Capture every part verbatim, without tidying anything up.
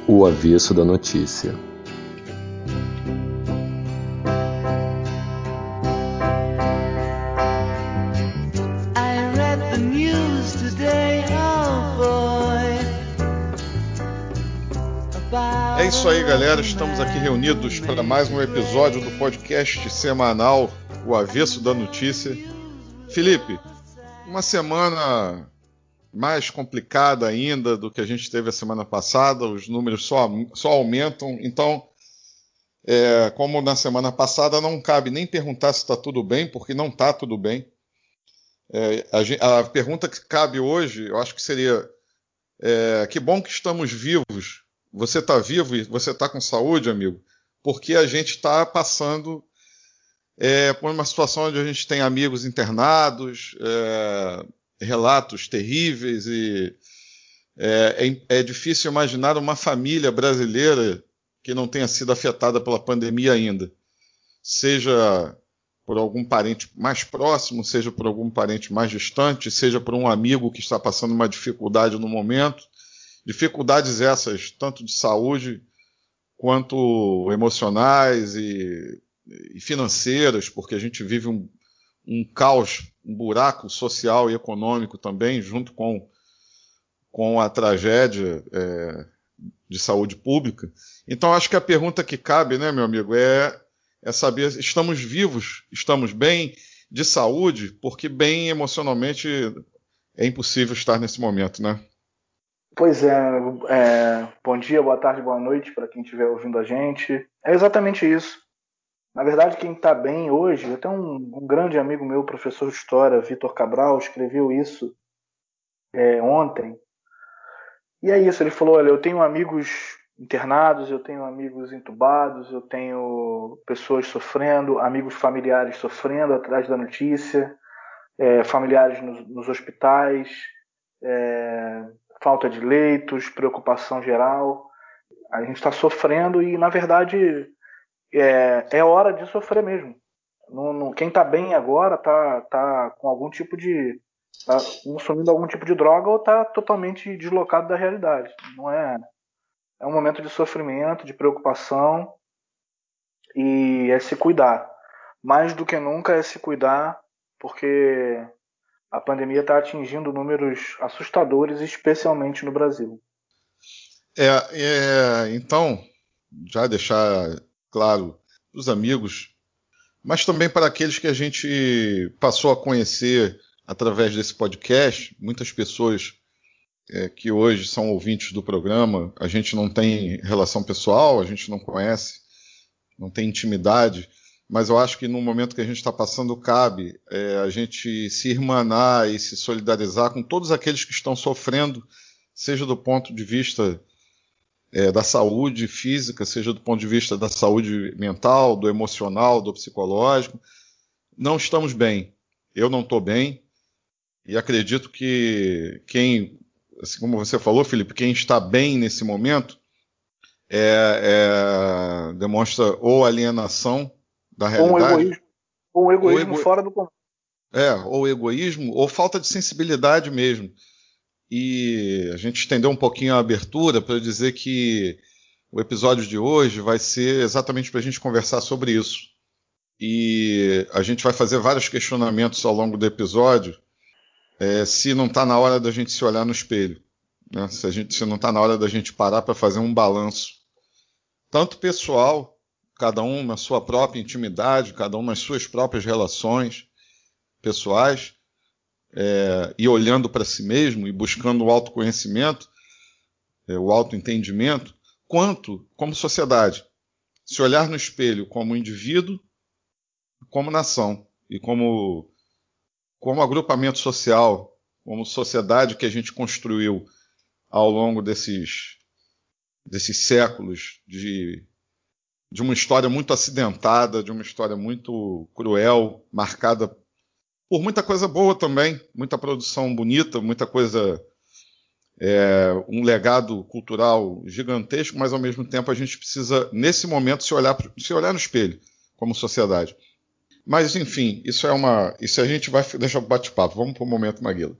O avesso da notícia. É isso aí, galera. Estamos aqui reunidos para mais um episódio do podcast semanal O Avesso da Notícia. Felipe, uma semana mais complicada ainda do que a gente teve a semana passada, os números só, só aumentam, então, é, como na semana passada, não cabe nem perguntar se está tudo bem, porque não está tudo bem. É, a, a pergunta que cabe hoje, eu acho que seria, é, que bom que estamos vivos, você está vivo e você está com saúde, amigo, porque a gente está passando é, por uma situação onde a gente tem amigos internados, é, relatos terríveis e é, é, é difícil imaginar uma família brasileira que não tenha sido afetada pela pandemia ainda, seja por algum parente mais próximo, seja por algum parente mais distante, seja por um amigo que está passando uma dificuldade no momento, dificuldades essas tanto de saúde quanto emocionais e, e financeiras, porque a gente vive um um caos, um buraco social e econômico também, junto com, com a tragédia é, de saúde pública. Então, acho que a pergunta que cabe, né, meu amigo, é, é saber, estamos vivos, estamos bem de saúde, porque bem emocionalmente é impossível estar nesse momento, né? Pois é, é bom dia, boa tarde, boa noite para quem estiver ouvindo a gente. É exatamente isso. Na verdade, quem está bem hoje, até um, um grande amigo meu, professor de História, Vitor Cabral, escreveu isso é, ontem. E é isso, ele falou, olha, eu tenho amigos internados, eu tenho amigos entubados, eu tenho pessoas sofrendo, amigos familiares sofrendo atrás da notícia, é, familiares nos, nos hospitais, é, falta de leitos, preocupação geral. A gente está sofrendo e, na verdade, é, é hora de sofrer mesmo. No, no, quem está bem agora está tá com algum tipo de... Tá consumindo algum tipo de droga ou está totalmente deslocado da realidade. Não é... É um momento de sofrimento, de preocupação e é se cuidar. Mais do que nunca é se cuidar, porque a pandemia está atingindo números assustadores, especialmente no Brasil. É, é, então, já deixar claro para os amigos, mas também para aqueles que a gente passou a conhecer através desse podcast, muitas pessoas é, que hoje são ouvintes do programa, a gente não tem relação pessoal, a gente não conhece, não tem intimidade, mas eu acho que no momento que a gente está passando cabe é, a gente se irmanar e se solidarizar com todos aqueles que estão sofrendo, seja do ponto de vista é, da saúde física, seja do ponto de vista da saúde mental, do emocional, do psicológico. Não estamos bem. Eu não estou bem e acredito que quem, assim como você falou, Felipe, quem está bem nesse momento é, é, demonstra ou alienação da Ou um realidade, egoísmo, ou um ou, egoísmo ego, fora do comum. é, ou egoísmo, ou falta de sensibilidade mesmo. E a gente estendeu um pouquinho a abertura para dizer que o episódio de hoje vai ser exatamente para a gente conversar sobre isso. E a gente vai fazer vários questionamentos ao longo do episódio, é, se não está na hora da gente se olhar no espelho, né? Se, a gente, se não está na hora da gente parar para fazer um balanço, tanto pessoal, cada um na sua própria intimidade, cada um nas suas próprias relações pessoais, é, e olhando para si mesmo e buscando o autoconhecimento, é, o autoentendimento, quanto como sociedade. Se olhar no espelho como indivíduo, como nação e como, como agrupamento social, como sociedade que a gente construiu ao longo desses, desses séculos de, de uma história muito acidentada, de uma história muito cruel, marcada por muita coisa boa também, muita produção bonita, muita coisa, é, um legado cultural gigantesco, mas ao mesmo tempo a gente precisa, nesse momento, se olhar, se olhar no espelho como sociedade. Mas, enfim, isso é uma. Isso a gente vai deixar o bate-papo. Vamos para o momento Maguila.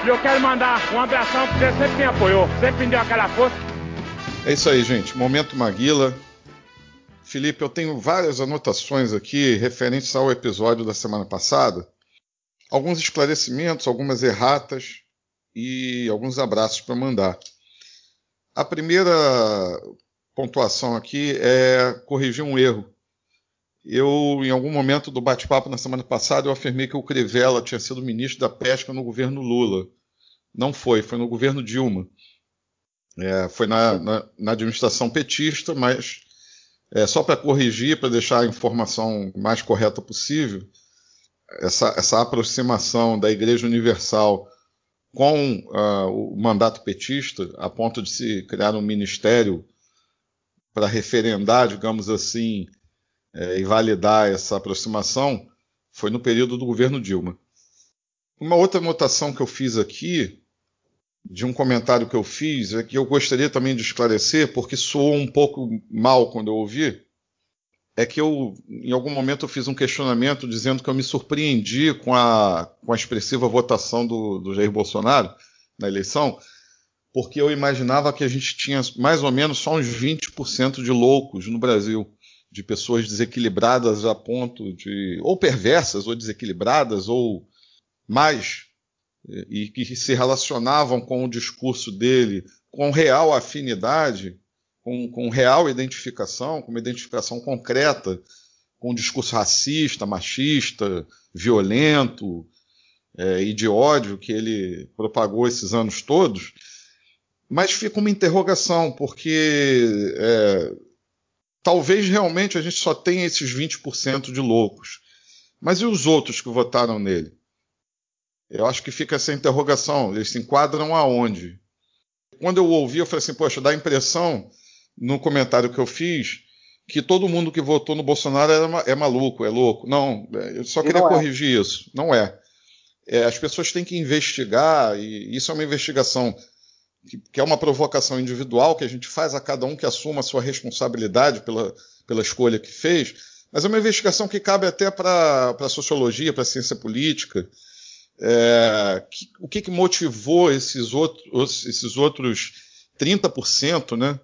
E eu quero mandar um abração porque você sempre me apoiou, sempre me deu aquela força. É isso aí, gente. Momento Maguila. Felipe, eu tenho várias anotações aqui referentes ao episódio da semana passada. Alguns esclarecimentos, algumas erratas e alguns abraços para mandar. A primeira pontuação aqui é corrigir um erro. Eu, em algum momento do bate-papo na semana passada, eu afirmei que o Crivella tinha sido ministro da Pesca no governo Lula. Não foi, foi no governo Dilma. É, foi na, na, na administração petista, mas é, só para corrigir, para deixar a informação mais correta possível, essa, essa aproximação da Igreja Universal com uh, o mandato petista, a ponto de se criar um ministério para referendar, digamos assim, é, e validar essa aproximação, foi no período do governo Dilma. Uma outra anotação que eu fiz aqui, de um comentário que eu fiz, é que eu gostaria também de esclarecer, porque soou um pouco mal quando eu ouvi, é que eu, em algum momento, eu fiz um questionamento dizendo que eu me surpreendi com a, com a expressiva votação do, do Jair Bolsonaro na eleição, porque eu imaginava que a gente tinha mais ou menos só uns vinte por cento de loucos no Brasil, de pessoas desequilibradas a ponto de, ou perversas, ou desequilibradas, ou mais, e que se relacionavam com o discurso dele com real afinidade, com, com real identificação, com uma identificação concreta com o discurso racista, machista, violento é, e de ódio que ele propagou esses anos todos. Mas fica uma interrogação, porque é, talvez realmente a gente só tenha esses vinte por cento de loucos. Mas e os outros que votaram nele? Eu acho que fica essa interrogação. Eles se enquadram aonde? Quando eu ouvi, eu falei assim, poxa, dá a impressão, no comentário que eu fiz, que todo mundo que votou no Bolsonaro é, é maluco, é louco. Não, eu só queria corrigir isso. Não é. é. As pessoas têm que investigar, e isso é uma investigação que, que é uma provocação individual que a gente faz a cada um que assuma a sua responsabilidade pela, pela escolha que fez, mas é uma investigação que cabe até para a sociologia, para a ciência política. É, que, o que, que motivou esses outros, esses outros trinta por cento, né?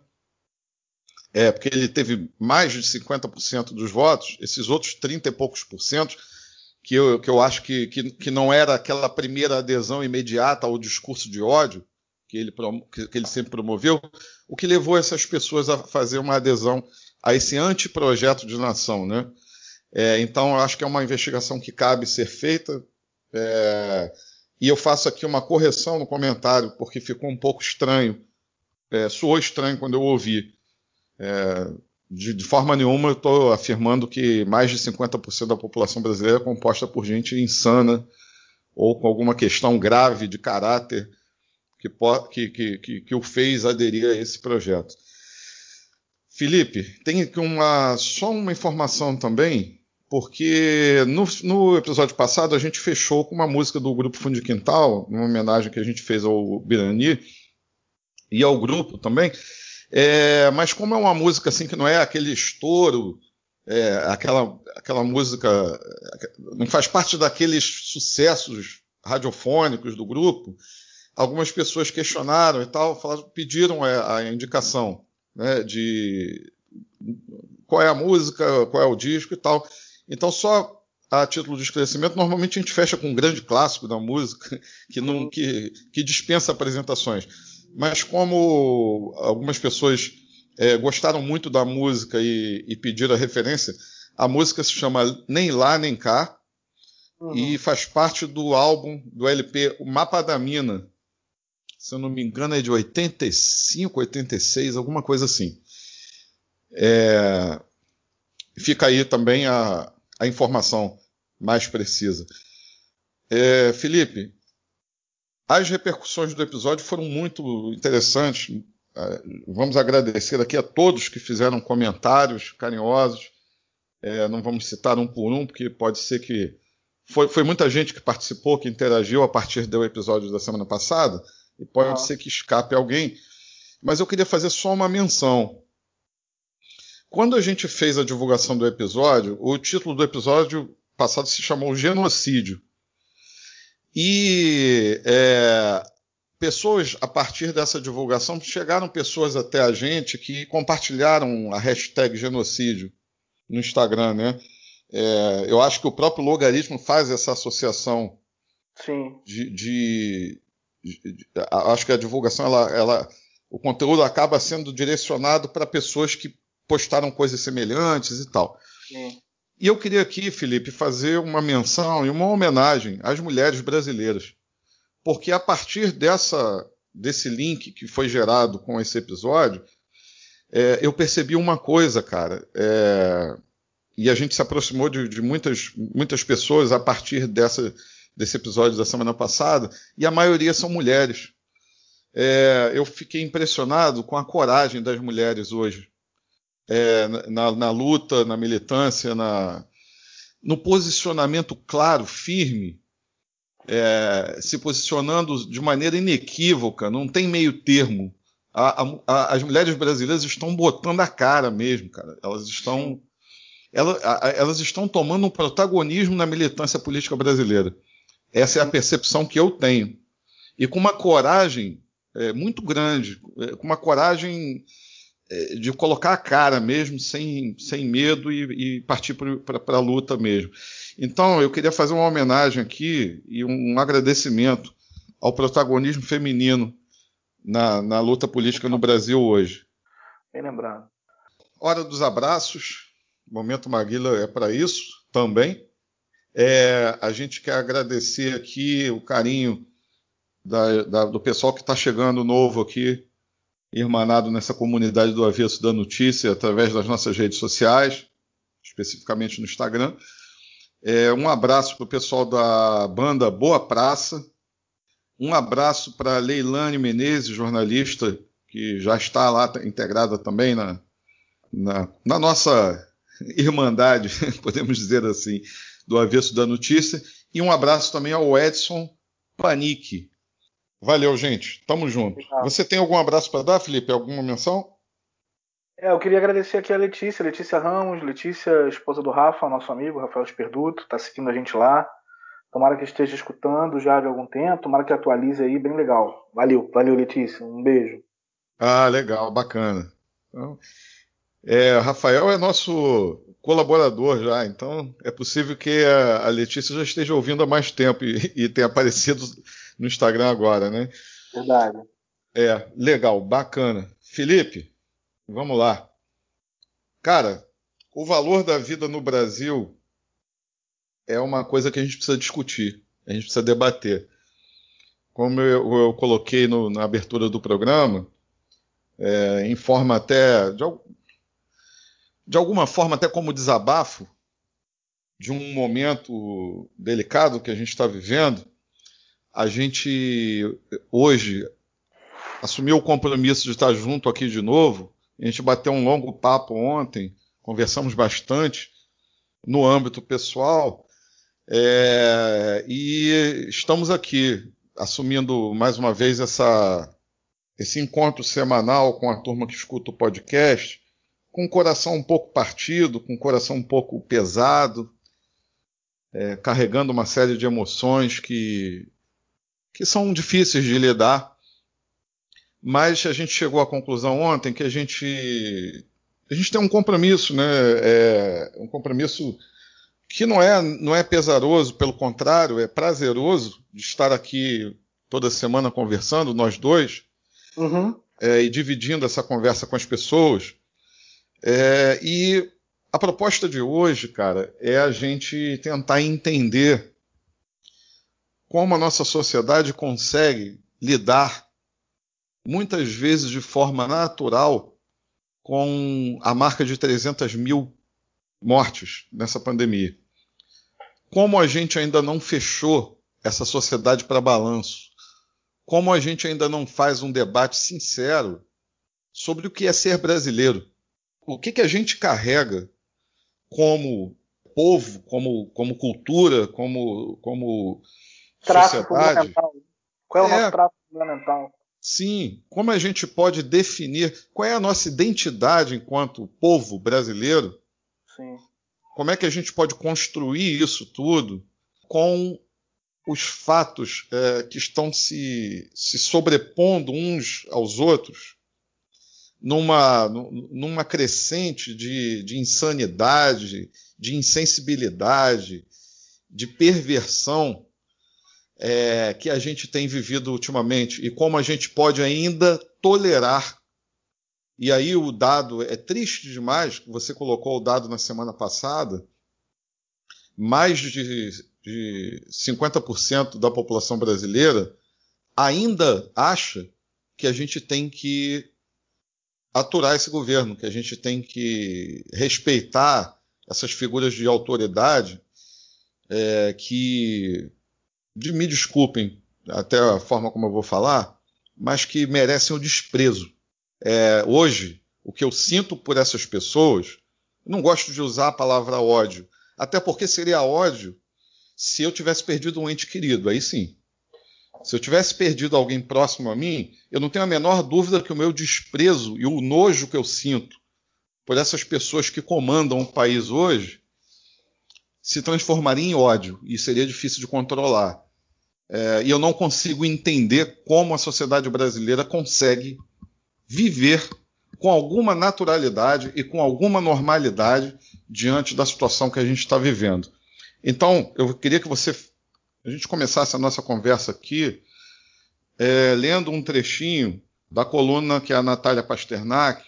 É, porque ele teve mais de cinquenta por cento dos votos, esses outros trinta e poucos por cento, que eu, que eu acho que, que, que não era aquela primeira adesão imediata ao discurso de ódio que ele, que, que ele sempre promoveu, o que levou essas pessoas a fazer uma adesão a esse anteprojeto de nação, né? É, então, eu acho que é uma investigação que cabe ser feita. É, e eu faço aqui uma correção no comentário, porque ficou um pouco estranho, é, soou estranho quando eu ouvi. É, de, de forma nenhuma eu estou afirmando que mais de cinquenta por cento da população brasileira é composta por gente insana ou com alguma questão grave de caráter que, que, que, que, que o fez aderir a esse projeto. Felipe, tem aqui uma, só uma informação também, porque no, no episódio passado a gente fechou com uma música do grupo Fundo de Quintal, uma homenagem que a gente fez ao Birani e ao grupo também, é, mas como é uma música assim que não é aquele estouro, é, aquela, aquela música não faz parte daqueles sucessos radiofônicos do grupo, algumas pessoas questionaram e tal, falaram, pediram a, a indicação, né, de qual é a música, qual é o disco e tal. Então, só a título de esclarecimento, normalmente a gente fecha com um grande clássico da música que, não, que, que dispensa apresentações. Mas como algumas pessoas é, gostaram muito da música e, e pediram a referência, a música se chama Nem Lá Nem Cá, uhum, e faz parte do álbum, do L P O Mapa da Mina. Se eu não me engano é de oitenta e cinco, oitenta e seis, alguma coisa assim. É, fica aí também a, a informação mais precisa. É, Felipe, as repercussões do episódio foram muito interessantes. Vamos agradecer aqui a todos que fizeram comentários carinhosos. É, não vamos citar um por um, porque pode ser que... Foi, foi muita gente que participou, que interagiu a partir do episódio da semana passada, e pode uhum. ser que escape alguém. Mas eu queria fazer só uma menção. Quando a gente fez a divulgação do episódio, o título do episódio passado se chamou Genocídio. E é, pessoas, a partir dessa divulgação, chegaram pessoas até a gente que compartilharam a hashtag genocídio no Instagram, né? É, eu acho que o próprio logaritmo faz essa associação. Sim. De, de, de, de acho que a divulgação, ela, ela, o conteúdo acaba sendo direcionado para pessoas que postaram coisas semelhantes e tal. Sim. E eu queria aqui, Felipe, fazer uma menção e uma homenagem às mulheres brasileiras, porque a partir dessa, desse link que foi gerado com esse episódio, é, eu percebi uma coisa, cara. É, e a gente se aproximou de, de muitas, muitas pessoas a partir dessa, desse episódio da semana passada, e a maioria são mulheres. É, eu fiquei impressionado com a coragem das mulheres hoje, é, na, na luta, na militância, na, no posicionamento claro, firme, é, se posicionando de maneira inequívoca, não tem meio termo. A, a, as mulheres brasileiras estão botando a cara mesmo, cara. Elas estão... Elas, elas estão tomando um protagonismo na militância política brasileira. Essa é a percepção que eu tenho. E com uma coragem é, muito grande, é, com uma coragem é, de colocar a cara mesmo, sem, sem medo, e, e partir para a luta mesmo. Então, eu queria fazer uma homenagem aqui e um, um agradecimento ao protagonismo feminino na, na luta política no Brasil hoje. Bem lembrado. Hora dos abraços. Momento Maguila é para isso também. É, a gente quer agradecer aqui o carinho da, da, do pessoal que está chegando novo aqui, irmanado nessa comunidade do Avesso da Notícia, através das nossas redes sociais, especificamente no Instagram. É, um abraço para o pessoal da banda Boa Praça. Um abraço para Leilane Menezes, jornalista, que já está lá integrada também na, na, na nossa irmandade, podemos dizer assim, do Avesso da Notícia. E um abraço também ao Edson Panic. Valeu, gente. Tamo junto. Obrigado. Você tem algum abraço para dar, Felipe? Alguma menção? É, eu queria agradecer aqui a Letícia, Letícia Ramos, Letícia, esposa do Rafa, nosso amigo, Rafael Esperduto, tá seguindo a gente lá. Tomara que esteja escutando já de algum tempo, tomara que atualize aí, bem legal. Valeu, valeu, Letícia. Um beijo. Ah, legal, bacana. Então, é, Rafael é nosso colaborador já, então é possível que a, a Letícia já esteja ouvindo há mais tempo e, e tenha aparecido no Instagram agora, né? Verdade. É, legal, bacana. Felipe, vamos lá. Cara, o valor da vida no Brasil é uma coisa que a gente precisa discutir, a gente precisa debater. Como eu, eu coloquei no, na abertura do programa, é, em forma até... De, de alguma forma, até como desabafo de um momento delicado que a gente está vivendo, a gente hoje assumiu o compromisso de estar junto aqui de novo. A gente bateu um longo papo ontem, conversamos bastante no âmbito pessoal, é, e estamos aqui assumindo mais uma vez essa, esse encontro semanal com a turma que escuta o podcast, com o coração um pouco partido, com o coração um pouco pesado, é, carregando uma série de emoções que, que são difíceis de lidar. Mas a gente chegou à conclusão ontem que a gente, a gente tem um compromisso, né? É, um compromisso que não é, não é pesaroso, pelo contrário, é prazeroso de estar aqui toda semana conversando, nós dois, uhum. é, e dividindo essa conversa com as pessoas. É, e a proposta de hoje, cara, é a gente tentar entender como a nossa sociedade consegue lidar, muitas vezes de forma natural, com a marca de trezentas mil mortes nessa pandemia. Como a gente ainda não fechou essa sociedade para balanço. Como a gente ainda não faz um debate sincero sobre o que é ser brasileiro. O que, que a gente carrega como povo, como, como cultura, como, como traço sociedade. Fundamental. Qual é o É, nosso traço fundamental? Sim, como a gente pode definir qual é a nossa identidade enquanto povo brasileiro? Sim. Como é que a gente pode construir isso tudo com os fatos é, que estão se, se sobrepondo uns aos outros numa, numa crescente de, de insanidade, de insensibilidade, de perversão é, que a gente tem vivido ultimamente e como a gente pode ainda tolerar. E aí o dado é triste demais, você colocou o dado na semana passada, mais de, de cinquenta por cento da população brasileira ainda acha que a gente tem que aturar esse governo, que a gente tem que respeitar essas figuras de autoridade é, que, de, me desculpem até a forma como eu vou falar, mas que merecem o desprezo. É, hoje, o que eu sinto por essas pessoas, não gosto de usar a palavra ódio, até porque seria ódio se eu tivesse perdido um ente querido, aí sim. Se eu tivesse perdido alguém próximo a mim, eu não tenho a menor dúvida que o meu desprezo e o nojo que eu sinto por essas pessoas que comandam o país hoje se transformaria em ódio e seria difícil de controlar. É, e eu não consigo entender como a sociedade brasileira consegue viver com alguma naturalidade e com alguma normalidade diante da situação que a gente está vivendo. Então, eu queria que você, a gente começasse a nossa conversa aqui é, lendo um trechinho da coluna que a Natália Pasternak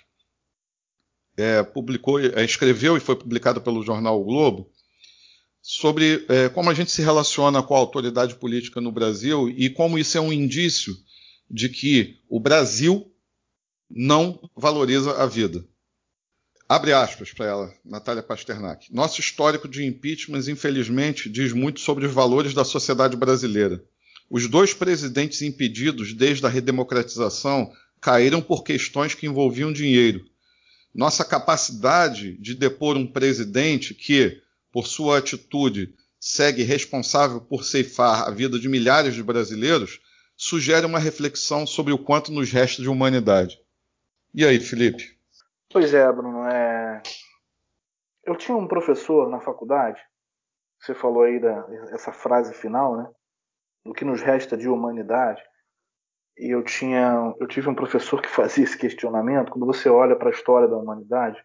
é, publicou, é, escreveu e foi publicada pelo jornal O Globo, sobre é, como a gente se relaciona com a autoridade política no Brasil e como isso é um indício de que o Brasil não valoriza a vida. Abre aspas para ela, Natália Pasternak. Nosso histórico de impeachments, infelizmente, diz muito sobre os valores da sociedade brasileira. Os dois presidentes impedidos desde a redemocratização caíram por questões que envolviam dinheiro. Nossa capacidade de depor um presidente que, por sua atitude, segue responsável por ceifar a vida de milhares de brasileiros, sugere uma reflexão sobre o quanto nos resta de humanidade. E aí, Felipe? Pois é, Bruno. É... Eu tinha um professor na faculdade, você falou aí dessa frase final, né? Do que nos resta de humanidade. E eu tinha, eu tive um professor que fazia esse questionamento quando você olha para a história da humanidade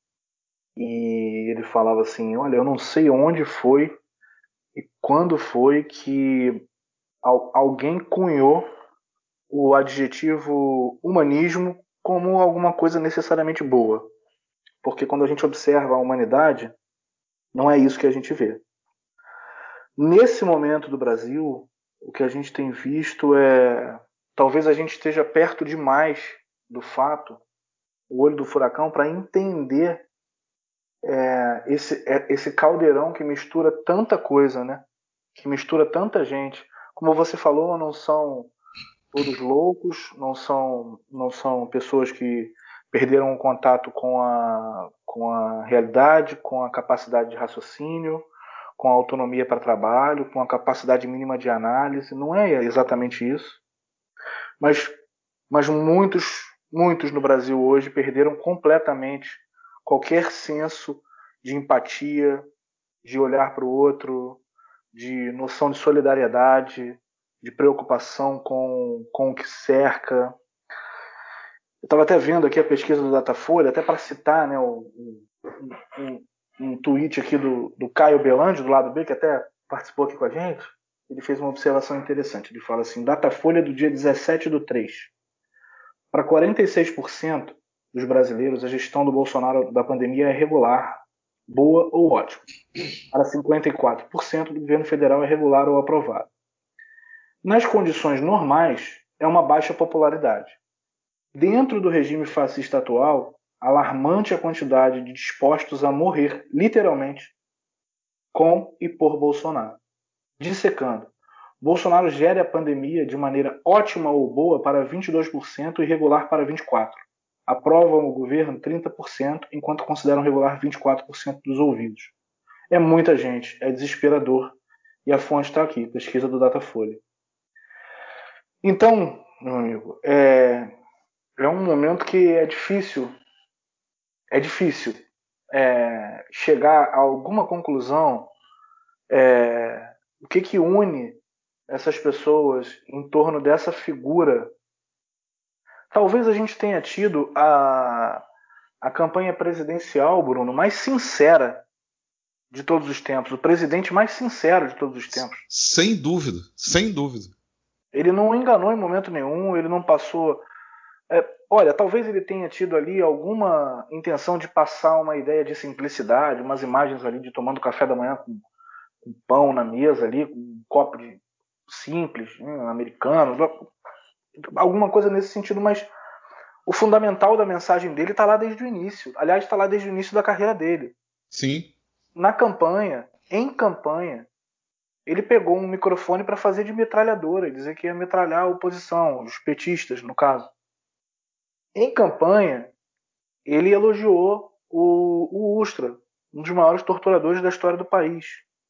e ele falava assim: olha, eu não sei onde foi e quando foi que alguém cunhou o adjetivo humanismo como alguma coisa necessariamente boa. Porque quando a gente observa a humanidade, não é isso que a gente vê. Nesse momento do Brasil, o que a gente tem visto é... Talvez a gente esteja perto demais do fato, o olho do furacão, para entender é, esse, é, esse caldeirão que mistura tanta coisa, né? Que mistura tanta gente. Como você falou, não são todos loucos, não são, não são pessoas que perderam o contato com a, com a realidade, com a capacidade de raciocínio, com a autonomia para trabalho, com a capacidade mínima de análise. Não é exatamente isso. Mas, mas muitos, muitos no Brasil hoje perderam completamente qualquer senso de empatia, de olhar para o outro, de noção de solidariedade, de preocupação com, com o que cerca. Eu estava até vendo aqui a pesquisa do Datafolha, até para citar, né, um, um, um tweet aqui do, do Caio Belandi, do lado B, que até participou aqui com a gente. Ele fez uma observação interessante. Ele fala assim: Datafolha do dia dezessete do três. Para quarenta e seis por cento dos brasileiros, a gestão do Bolsonaro da pandemia é regular, boa ou ótima. Para cinquenta e quatro por cento do governo federal é regular ou aprovado. Nas condições normais, é uma baixa popularidade. Dentro do regime fascista atual, alarmante a quantidade de dispostos a morrer, literalmente, com e por Bolsonaro. Dissecando. Bolsonaro gere a pandemia de maneira ótima ou boa para vinte e dois por cento e regular para vinte e quatro por cento. Aprovam o governo trinta por cento, enquanto consideram regular vinte e quatro por cento dos ouvidos. É muita gente, é desesperador. E a fonte está aqui, pesquisa do Datafolha. Então, meu amigo, é, é um momento que é difícil, é difícil é, chegar a alguma conclusão. É, o que, que une essas pessoas em torno dessa figura, talvez a gente tenha tido a, a campanha presidencial, Bruno, mais sincera de todos os tempos, o presidente mais sincero de todos os tempos. Sem dúvida, sem dúvida. Ele não enganou em momento nenhum, ele não passou... É, olha, talvez ele tenha tido ali alguma intenção de passar uma ideia de simplicidade, umas imagens ali de tomando café da manhã com, com pão na mesa ali, com um copo de simples, hum, americano, alguma coisa nesse sentido, mas o fundamental da mensagem dele está lá desde o início. Aliás, está lá desde o início da carreira dele. Sim. Na campanha, em campanha, ele pegou um microfone para fazer de metralhadora e dizer que ia metralhar a oposição, os petistas, no caso. Em campanha, ele elogiou o, o Ustra, um dos maiores torturadores da história do país.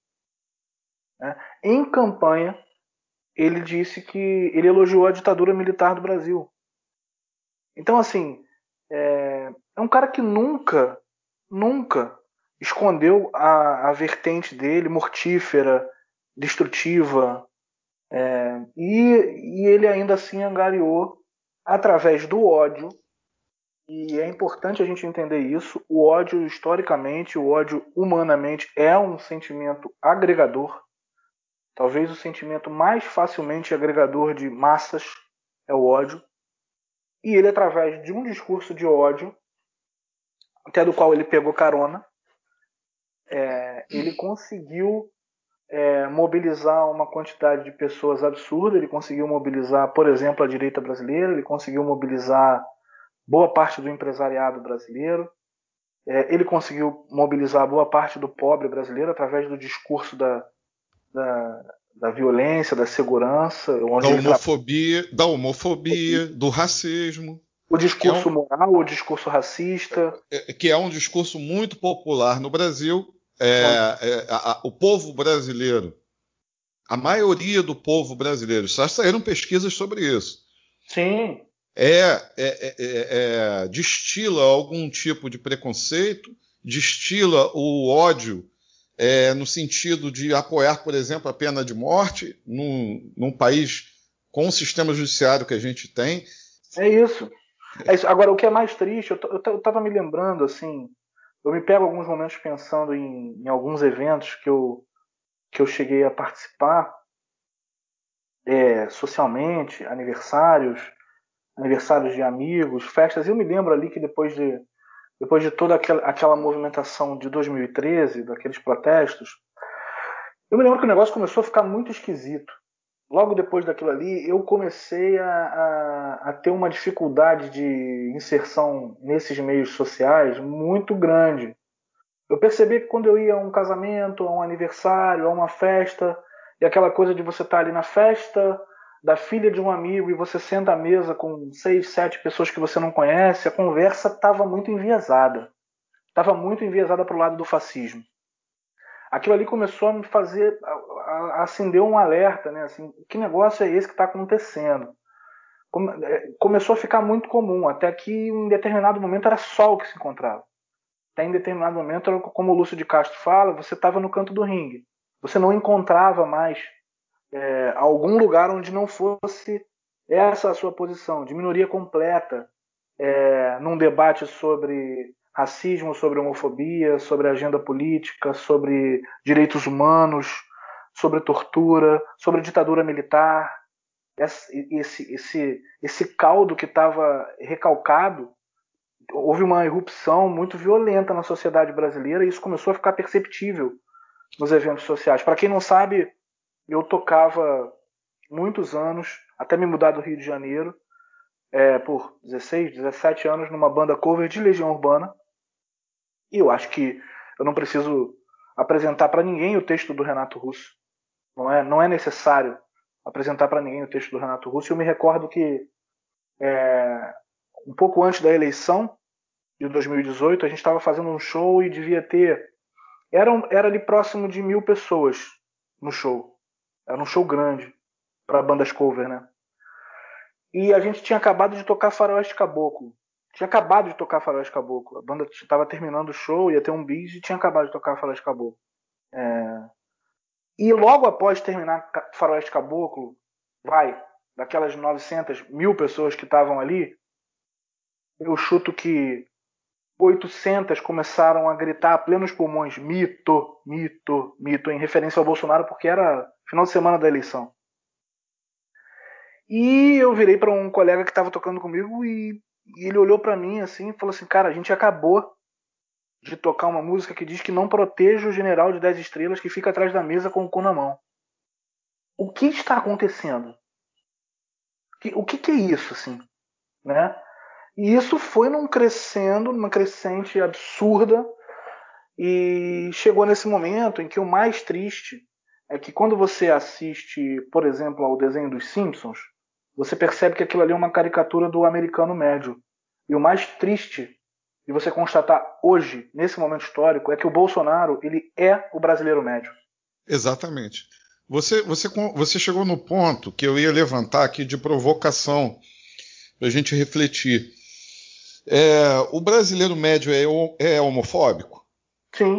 Né? Em campanha, ele disse que ele elogiou a ditadura militar do Brasil. Então, assim, é, é um cara que nunca, nunca escondeu a, a vertente dele, mortífera, destrutiva, é, e, e ele ainda assim angariou, através do ódio, e é importante a gente entender isso, o ódio historicamente, o ódio humanamente é um sentimento agregador, talvez o sentimento mais facilmente agregador de massas é o ódio, e ele, através de um discurso de ódio, até do qual ele pegou carona, é, ele conseguiu é, mobilizar uma quantidade de pessoas absurda, ele conseguiu mobilizar, por exemplo, a direita brasileira, ele conseguiu mobilizar boa parte do empresariado brasileiro, é, ele conseguiu mobilizar boa parte do pobre brasileiro através do discurso da, da, da violência, da segurança, onde Da ele homofobia, da homofobia, do racismo. o Que é, discurso um, moral, o discurso racista. que é um discurso muito popular no Brasil. É, é, a, a, o povo brasileiro, a maioria do povo brasileiro, já saíram pesquisas sobre isso. Sim. É, é, é, é, destila algum tipo de preconceito, destila o ódio é, no sentido de apoiar, por exemplo, a pena de morte num, num país com o sistema judiciário que a gente tem. É isso. É isso. Agora, o que é mais triste, eu estava me lembrando, assim, eu me pego alguns momentos pensando em, em alguns eventos que eu, que eu cheguei a participar, é, socialmente, aniversários, aniversários de amigos, festas. Eu me lembro ali que depois de, depois de toda aquela, aquela movimentação de dois mil e treze, daqueles protestos, eu me lembro que o negócio começou a ficar muito esquisito. Logo depois daquilo ali, eu comecei a, a, a ter uma dificuldade de inserção nesses meios sociais muito grande. Eu percebi que quando eu ia a um casamento, a um aniversário, a uma festa, e aquela coisa de você estar ali na festa da filha de um amigo e você senta à mesa com seis, sete pessoas que você não conhece, a conversa estava muito enviesada. Estava muito enviesada para o lado do fascismo. Aquilo ali começou a me fazer, a, a acender um alerta, né? Assim, que negócio é esse que está acontecendo? Come, é, começou a ficar muito comum, até que em determinado momento era só o que se encontrava. Até em determinado momento, como o Lúcio de Castro fala, você estava no canto do ringue. Você não encontrava mais é, algum lugar onde não fosse essa a sua posição, de minoria completa, é, num debate sobre racismo, sobre homofobia, sobre agenda política, sobre direitos humanos, sobre tortura, sobre ditadura militar. Esse, esse, esse caldo que estava recalcado, houve uma irrupção muito violenta na sociedade brasileira e isso começou a ficar perceptível nos eventos sociais. Para quem não sabe, eu tocava muitos anos, até me mudar do Rio de Janeiro, é, por dezesseis, dezessete anos, numa banda cover de Legião Urbana. E eu acho que eu não preciso apresentar para ninguém o texto do Renato Russo. Não é, não é necessário apresentar para ninguém o texto do Renato Russo. Eu me recordo que é, um pouco antes da eleição de dois mil e dezoito, a gente estava fazendo um show e devia ter... Era, era ali próximo de mil pessoas no show. Era um show grande para bandas cover, né? E a gente tinha acabado de tocar Faroeste Caboclo. Tinha acabado de tocar Faroeste Caboclo. A banda estava terminando o show, ia ter um bis e tinha acabado de tocar Faroeste Caboclo. É... E logo após terminar Faroeste Caboclo, vai, daquelas novecentas mil pessoas que estavam ali, eu chuto que oitocentas começaram a gritar a plenos pulmões: mito, mito, mito, em referência ao Bolsonaro, porque era final de semana da eleição. E eu virei para um colega que estava tocando comigo e, e ele olhou para mim assim e falou assim: cara, a gente acabou de tocar uma música que diz que não proteja o general de dez estrelas que fica atrás da mesa com o cu na mão. O que está acontecendo? O que, que é isso, assim? Né? E isso foi num crescendo, numa crescente absurda, e chegou nesse momento em que o mais triste é que quando você assiste, por exemplo, ao desenho dos Simpsons, você percebe que aquilo ali é uma caricatura do americano médio. E o mais triste de você constatar hoje, nesse momento histórico, é que o Bolsonaro, ele é o brasileiro médio. Exatamente. Você, você, você chegou no ponto que eu ia levantar aqui de provocação para a gente refletir. É, o brasileiro médio é, é homofóbico? Sim.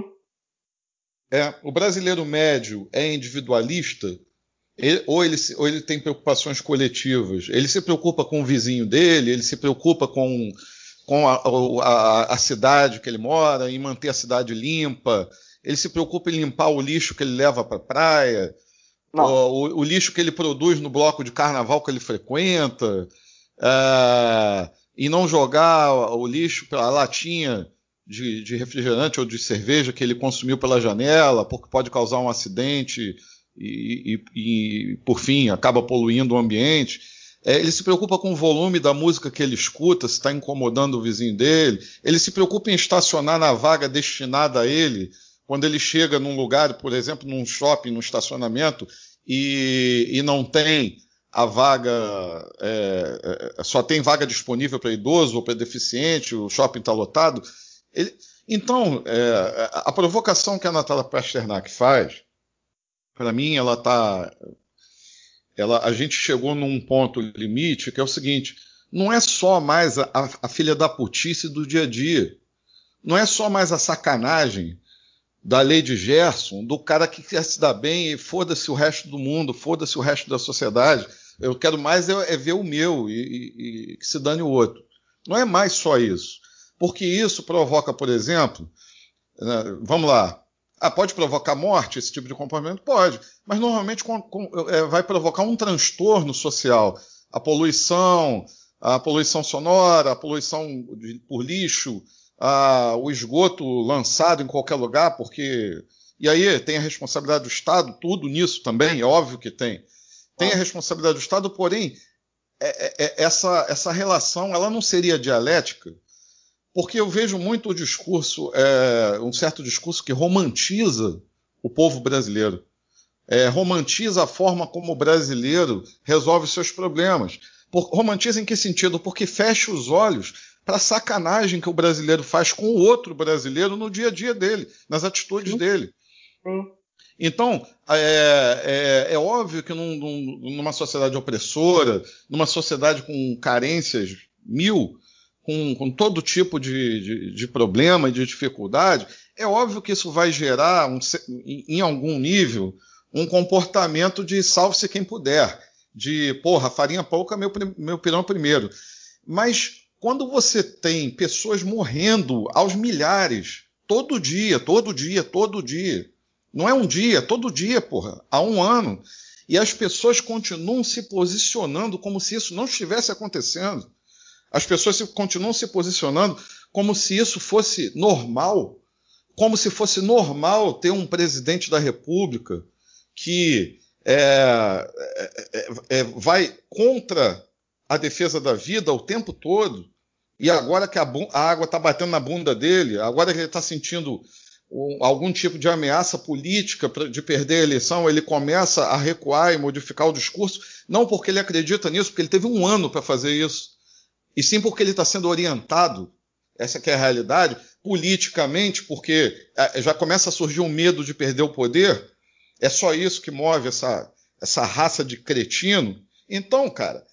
É, o brasileiro médio é individualista? Ele, ou, ele, ou ele tem preocupações coletivas? Ele se preocupa com o vizinho dele, ele se preocupa com, com a, a, a cidade que ele mora, em manter a cidade limpa, ele se preocupa em limpar o lixo que ele leva para a praia, o, o, o lixo que ele produz no bloco de carnaval que ele frequenta, uh, e não jogar o lixo pela latinha de, de refrigerante ou de cerveja que ele consumiu pela janela, porque pode causar um acidente e, e, e por fim, acaba poluindo o ambiente. É, ele se preocupa com o volume da música que ele escuta, se está incomodando o vizinho dele. Ele se preocupa em estacionar na vaga destinada a ele, quando ele chega num lugar, por exemplo, num shopping, num estacionamento, e, e não tem a vaga, é, é, só tem vaga disponível para idoso ou para deficiente, o shopping está lotado. Ele, então, é, a provocação que a Natália Pasternak faz, para mim, ela está... Ela, a gente chegou num ponto limite que é o seguinte: não é só mais a, a filha da putice do dia a dia, não é só mais a sacanagem da lei de Gerson, do cara que quer se dar bem e foda-se o resto do mundo, foda-se o resto da sociedade. Eu quero mais é, é ver o meu e, e, e que se dane o outro. Não é mais só isso. Porque isso provoca, por exemplo, né, vamos lá, ah, pode provocar morte esse tipo de comportamento? Pode, mas normalmente com, com, é, vai provocar um transtorno social. A poluição, a poluição sonora, a poluição de, por lixo, a, o esgoto lançado em qualquer lugar, porque... E aí tem a responsabilidade do Estado, tudo nisso também, é óbvio que tem. Tem a responsabilidade do Estado, porém, é, é, essa, essa relação ela não seria dialética, porque eu vejo muito o discurso, é, um certo discurso que romantiza o povo brasileiro. É, romantiza a forma como o brasileiro resolve seus problemas. Por, romantiza em que sentido? Porque fecha os olhos para a sacanagem que o brasileiro faz com o outro brasileiro no dia a dia dele, nas atitudes Sim. dele. Sim. Então, é, é, é óbvio que num, num, numa sociedade opressora, numa sociedade com carências mil, com, com todo tipo de, de, de problema e de dificuldade, é óbvio que isso vai gerar, um, em, em algum nível, um comportamento de salve-se quem puder, de, porra, farinha pouca, meu, meu pirão primeiro. Mas quando você tem pessoas morrendo aos milhares, todo dia, todo dia, todo dia, não é um dia, todo dia, porra, há um ano, e as pessoas continuam se posicionando como se isso não estivesse acontecendo. As pessoas se, continuam se posicionando como se isso fosse normal, como se fosse normal ter um presidente da República que é, é, é, vai contra a defesa da vida o tempo todo, e agora que a, a água está batendo na bunda dele, agora que ele está sentindo um, algum tipo de ameaça política pra, de perder a eleição, ele começa a recuar e modificar o discurso, não porque ele acredita nisso, porque ele teve um ano para fazer isso, e sim porque ele está sendo orientado, essa que é a realidade, politicamente, porque já começa a surgir um medo de perder o poder. É só isso que move essa, essa raça de cretino. Então, cara,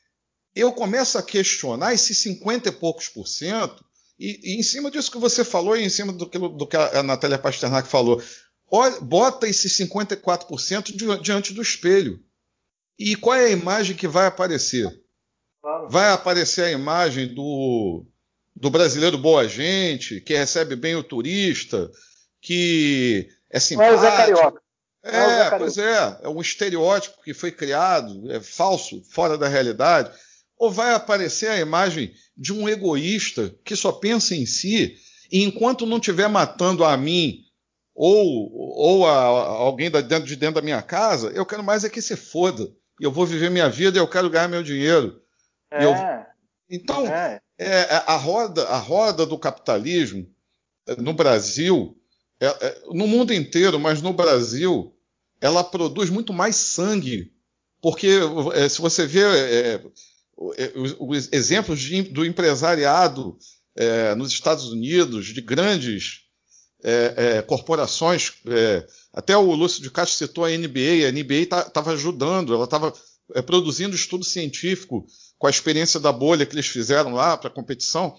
eu começo a questionar esses cinquenta e poucos por cento, e, e em cima disso que você falou, e em cima do que, do que a Natália Pasternak falou, olha, bota esses cinquenta e quatro por cento diante do espelho. E qual é a imagem que vai aparecer? Claro. Vai aparecer a imagem do, do brasileiro boa gente, que recebe bem o turista, que é Não é o Zé simpático. Carioca. Não é o Zé É, Carioca. pois é, é um estereótipo que foi criado, é falso, fora da realidade. Ou vai aparecer a imagem de um egoísta que só pensa em si, e enquanto não estiver matando a mim ou, ou a, a alguém da, dentro, de dentro da minha casa, eu quero mais é que se foda. E eu vou viver minha vida e eu quero ganhar meu dinheiro. E eu, É, então, é. é, a, roda, a roda do capitalismo é, no Brasil, é, é, no mundo inteiro, mas no Brasil, ela produz muito mais sangue. Porque é, se você vê é, os, os exemplos de, do empresariado é, nos Estados Unidos, de grandes é, é, corporações, é, até o Lúcio de Castro citou a N B A, a N B A estava ajudando, ela estava é, produzindo estudo científico com a experiência da bolha que eles fizeram lá para a competição.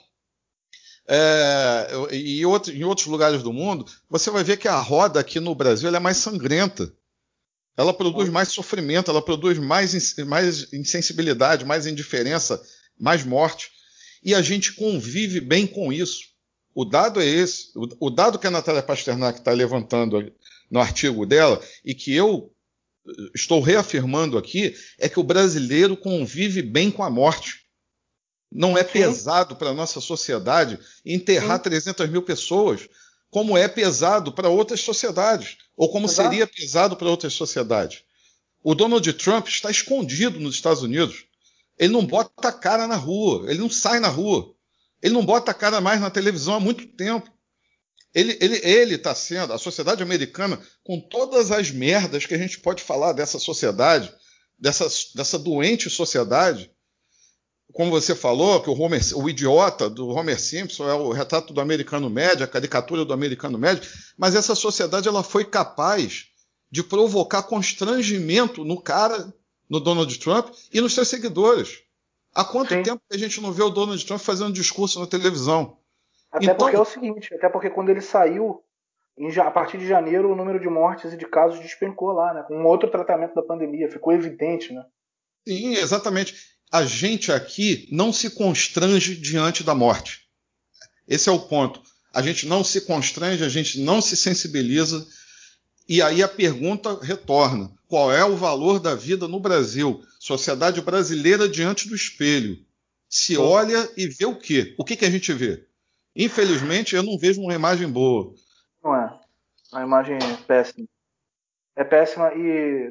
É, e outro, em outros lugares do mundo, você vai ver que a roda aqui no Brasil ela é mais sangrenta. Ela produz mais sofrimento, ela produz mais, mais insensibilidade, mais indiferença, mais morte. E a gente convive bem com isso. O dado é esse. O, o dado que a Natália Pasternak está levantando no artigo dela, e que eu estou reafirmando aqui, é que o brasileiro convive bem com a morte. Não é Sim. pesado para a nossa sociedade enterrar Sim. trezentas mil pessoas, como é pesado para outras sociedades, ou como Exato. seria pesado para outras sociedades. O Donald Trump está escondido nos Estados Unidos. Ele não bota a cara na rua, ele não sai na rua. Ele não bota a cara mais na televisão há muito tempo. Ele ele ele está sendo, a sociedade americana, com todas as merdas que a gente pode falar dessa sociedade, dessa, dessa doente sociedade, como você falou, que o, Homer, o idiota do Homer Simpson é o retrato do americano médio, a caricatura do americano médio, mas essa sociedade ela foi capaz de provocar constrangimento no cara, no Donald Trump e nos seus seguidores. Há quanto Sim. tempo que a gente não vê o Donald Trump fazendo discurso na televisão? Até Então, porque é o seguinte, até porque quando ele saiu, em ja- a partir de janeiro, o número de mortes e de casos despencou lá, né? Com um outro tratamento da pandemia, ficou evidente, né? sim, exatamente. A gente aqui não se constrange diante da morte. Esse é o ponto. A gente não se constrange, a gente não se sensibiliza. E aí a pergunta retorna: qual é o valor da vida no Brasil? Sociedade brasileira diante do espelho. Se olha e vê o quê? O que, que a gente vê? Infelizmente, eu não vejo uma imagem boa. Não é. A imagem é péssima. É péssima e,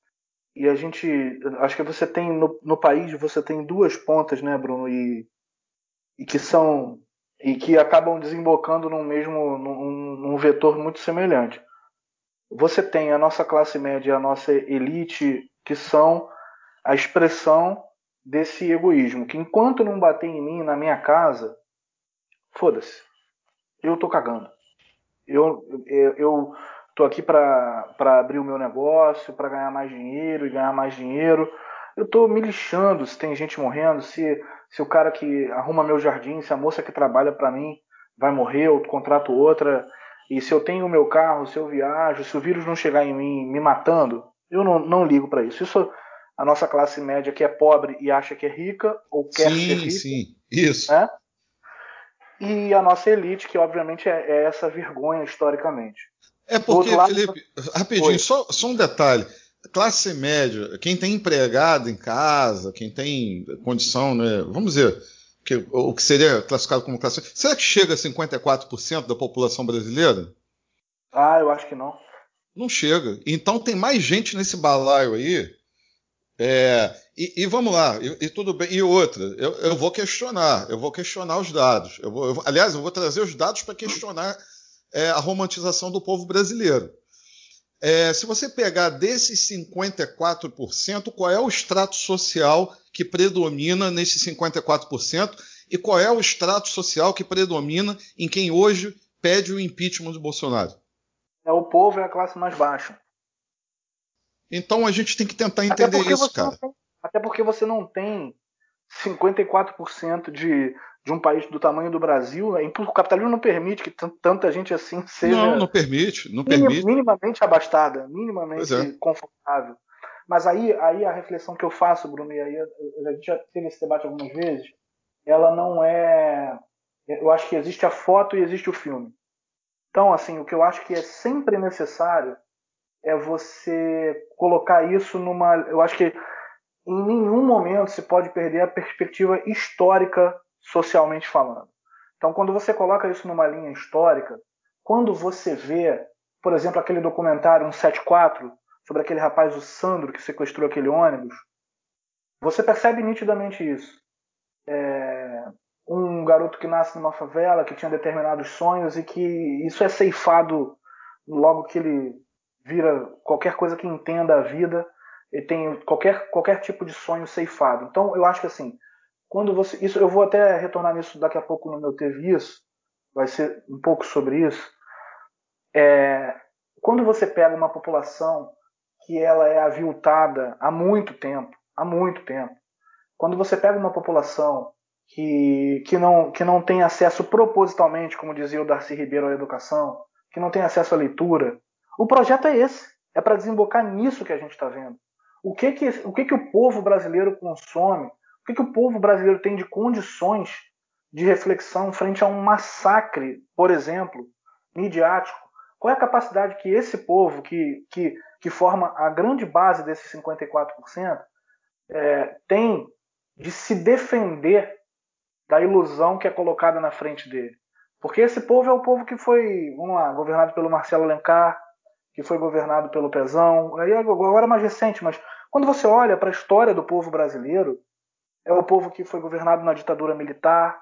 e a gente. Acho que você tem no, no país, você tem duas pontas, né, Bruno? E, e que são. E que acabam desembocando num mesmo. num, num vetor muito semelhante. Você tem a nossa classe média e a nossa elite, que são a expressão desse egoísmo. Que enquanto não bater em mim, na minha casa, foda-se. Eu tô cagando. Eu, eu, eu tô aqui para abrir o meu negócio, para ganhar mais dinheiro e ganhar mais dinheiro. Eu tô me lixando se tem gente morrendo, se, se o cara que arruma meu jardim, se a moça que trabalha para mim vai morrer, eu contrato outra. E se eu tenho o meu carro, se eu viajo, se o vírus não chegar em mim me matando, eu não, não ligo para isso. Isso a nossa classe média que é pobre e acha que é rica ou quer ser Sim, rica, sim, isso. né? E a nossa elite, que obviamente é, é essa vergonha historicamente. É Do outro porque, lado, Felipe, rapidinho, foi. só, só um detalhe. Classe média, quem tem empregado em casa, quem tem condição, né? Vamos dizer, que, o que seria classificado como classe média, será que chega a cinquenta e quatro por cento da população brasileira? Ah, eu acho que não. Não chega. Então tem mais gente nesse balaio aí. É, e, e vamos lá, e, e tudo bem. E outra, eu, eu vou questionar, eu vou questionar os dados. Eu vou, eu vou, aliás, eu vou trazer os dados para questionar é, a romantização do povo brasileiro. É, se você pegar desses cinquenta e quatro por cento, qual é o extrato social que predomina nesses cinquenta e quatro por cento e qual é o extrato social que predomina em quem hoje pede o impeachment de Bolsonaro? É o povo é a classe mais baixa. Então a gente tem que tentar Até entender porque isso, você não cara. tem, até porque você não tem cinquenta e quatro por cento de, de um país do tamanho do Brasil, é impo- o capitalismo não permite que t- tanta gente assim seja Não, não permite, não minim- permite. minimamente abastada, Pois minimamente é. confortável. Mas aí, aí a reflexão que eu faço, Bruno, e aí eu- eu- a gente já teve esse debate algumas vezes, ela não é... Eu acho que existe a foto e existe o filme. Então, assim, o que eu acho que é sempre necessário é você colocar isso numa... Eu acho que em nenhum momento se pode perder a perspectiva histórica, socialmente falando. Então, quando você coloca isso numa linha histórica, quando você vê, por exemplo, aquele documentário cento e setenta e quatro, sobre aquele rapaz, o Sandro, que sequestrou aquele ônibus, você percebe nitidamente isso. É um garoto que nasce numa favela, que tinha determinados sonhos e que isso é ceifado logo que ele vira qualquer coisa que entenda a vida, ele tem qualquer, qualquer tipo de sonho ceifado. Então, eu acho que assim, quando você... Isso, eu vou até retornar nisso daqui a pouco no meu Teve Isso, vai ser um pouco sobre isso. É, quando você pega uma população que ela é aviltada há muito tempo, há muito tempo, quando você pega uma população que, que, não, que não tem acesso propositalmente, como dizia o Darcy Ribeiro, à educação, que não tem acesso à leitura, o projeto é esse. É para desembocar nisso que a gente está vendo. O que que, o que que o povo brasileiro consome? O que que o povo brasileiro tem de condições de reflexão frente a um massacre, por exemplo, midiático? Qual é a capacidade que esse povo, que, que, que forma a grande base desses cinquenta e quatro por cento, é, tem de se defender da ilusão que é colocada na frente dele? Porque esse povo é o povo que foi, vamos lá, governado pelo Marcelo Alencar, que foi governado pelo Pezão, aí agora é mais recente, mas quando você olha para a história do povo brasileiro, é o povo que foi governado na ditadura militar,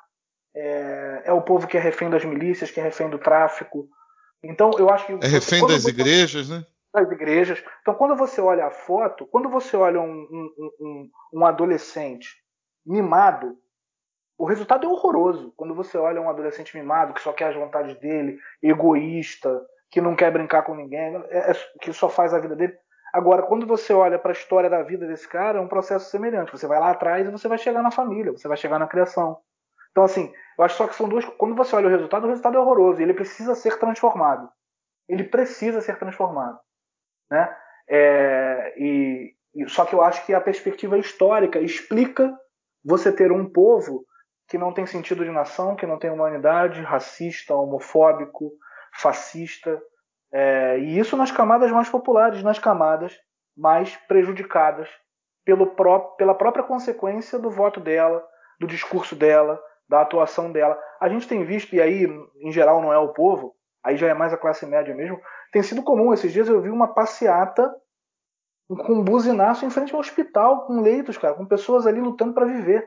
é, é o povo que é refém das milícias, que é refém do tráfico. Então, eu acho que... É refém quando das você, igrejas, né? das igrejas. Então, quando você olha a foto, quando você olha um, um, um, um adolescente mimado, o resultado é horroroso. Quando você olha um adolescente mimado, que só quer as vontades dele, egoísta, que não quer brincar com ninguém, é, é, que só faz a vida dele. Agora, quando você olha para a história da vida desse cara, é um processo semelhante. Você vai lá atrás e você vai chegar na família, você vai chegar na criação. Então, assim, eu acho só que são duas... Quando você olha o resultado, o resultado é horroroso. E ele precisa ser transformado. Ele precisa ser transformado. Né? É, e, e, só que eu acho que a perspectiva histórica explica você ter um povo que não tem sentido de nação, que não tem humanidade, racista, homofóbico, fascista, é, e isso nas camadas mais populares, nas camadas mais prejudicadas pelo pró pela própria consequência do voto dela, do discurso dela, da atuação dela. A gente tem visto, e aí em geral não é o povo, aí já é mais a classe média mesmo, tem sido comum. Esses dias eu vi uma passeata com um buzinaço em frente ao hospital, com leitos, cara, com pessoas ali lutando para viver.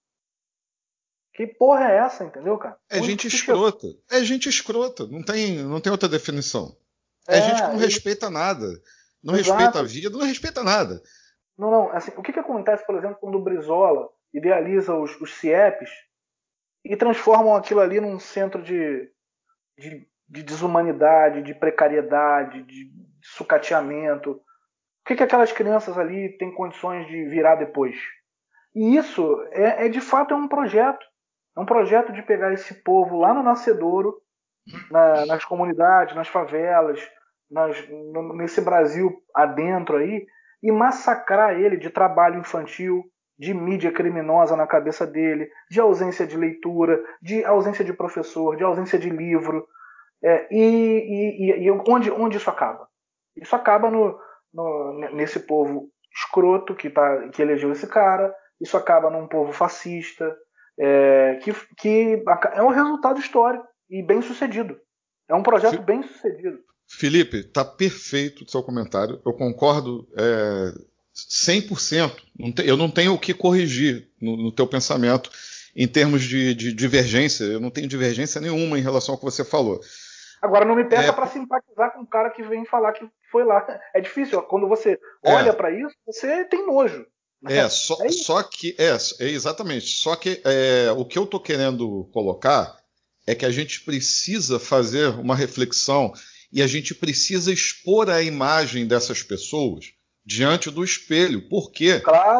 Que porra é essa, entendeu, cara? É Onde gente que se chegou? escrota. É gente escrota. Não tem, não tem outra definição. É, É, gente que não ele- respeita nada. Não Exato. respeita a vida, não respeita nada. Não, não. Assim, o que, que acontece, por exemplo, quando o Brizola idealiza os, os CIEPs e transformam aquilo ali num centro de, de, de desumanidade, de precariedade, de sucateamento? O que, que aquelas crianças ali têm condições de virar depois? E isso é, é de fato é um projeto. É um projeto de pegar esse povo lá no nascedouro, na, nas comunidades, nas favelas, nas, no, nesse Brasil adentro aí, e massacrar ele de trabalho infantil, de mídia criminosa na cabeça dele, de ausência de leitura, de ausência de professor, de ausência de livro. É, e e, e onde, onde isso acaba? Isso acaba no, no, nesse povo escroto que, tá, que elegeu esse cara, isso acaba num povo fascista, é, que, que é um resultado histórico e bem sucedido. É um projeto bem sucedido. Felipe, tá perfeito o seu comentário. Eu concordo é, cem por cento. Não te, eu não tenho o que corrigir no, no teu pensamento em termos de, de divergência. Eu não tenho divergência nenhuma em relação ao que você falou. Agora, não me peça É, para simpatizar com um cara que vem falar que foi lá. É difícil. Ó, quando você olha é, para isso, você tem nojo. É, só, É isso. só que. É, é exatamente. Só que é, o que eu estou querendo colocar é que a gente precisa fazer uma reflexão e a gente precisa expor a imagem dessas pessoas diante do espelho. Por quê? Claro,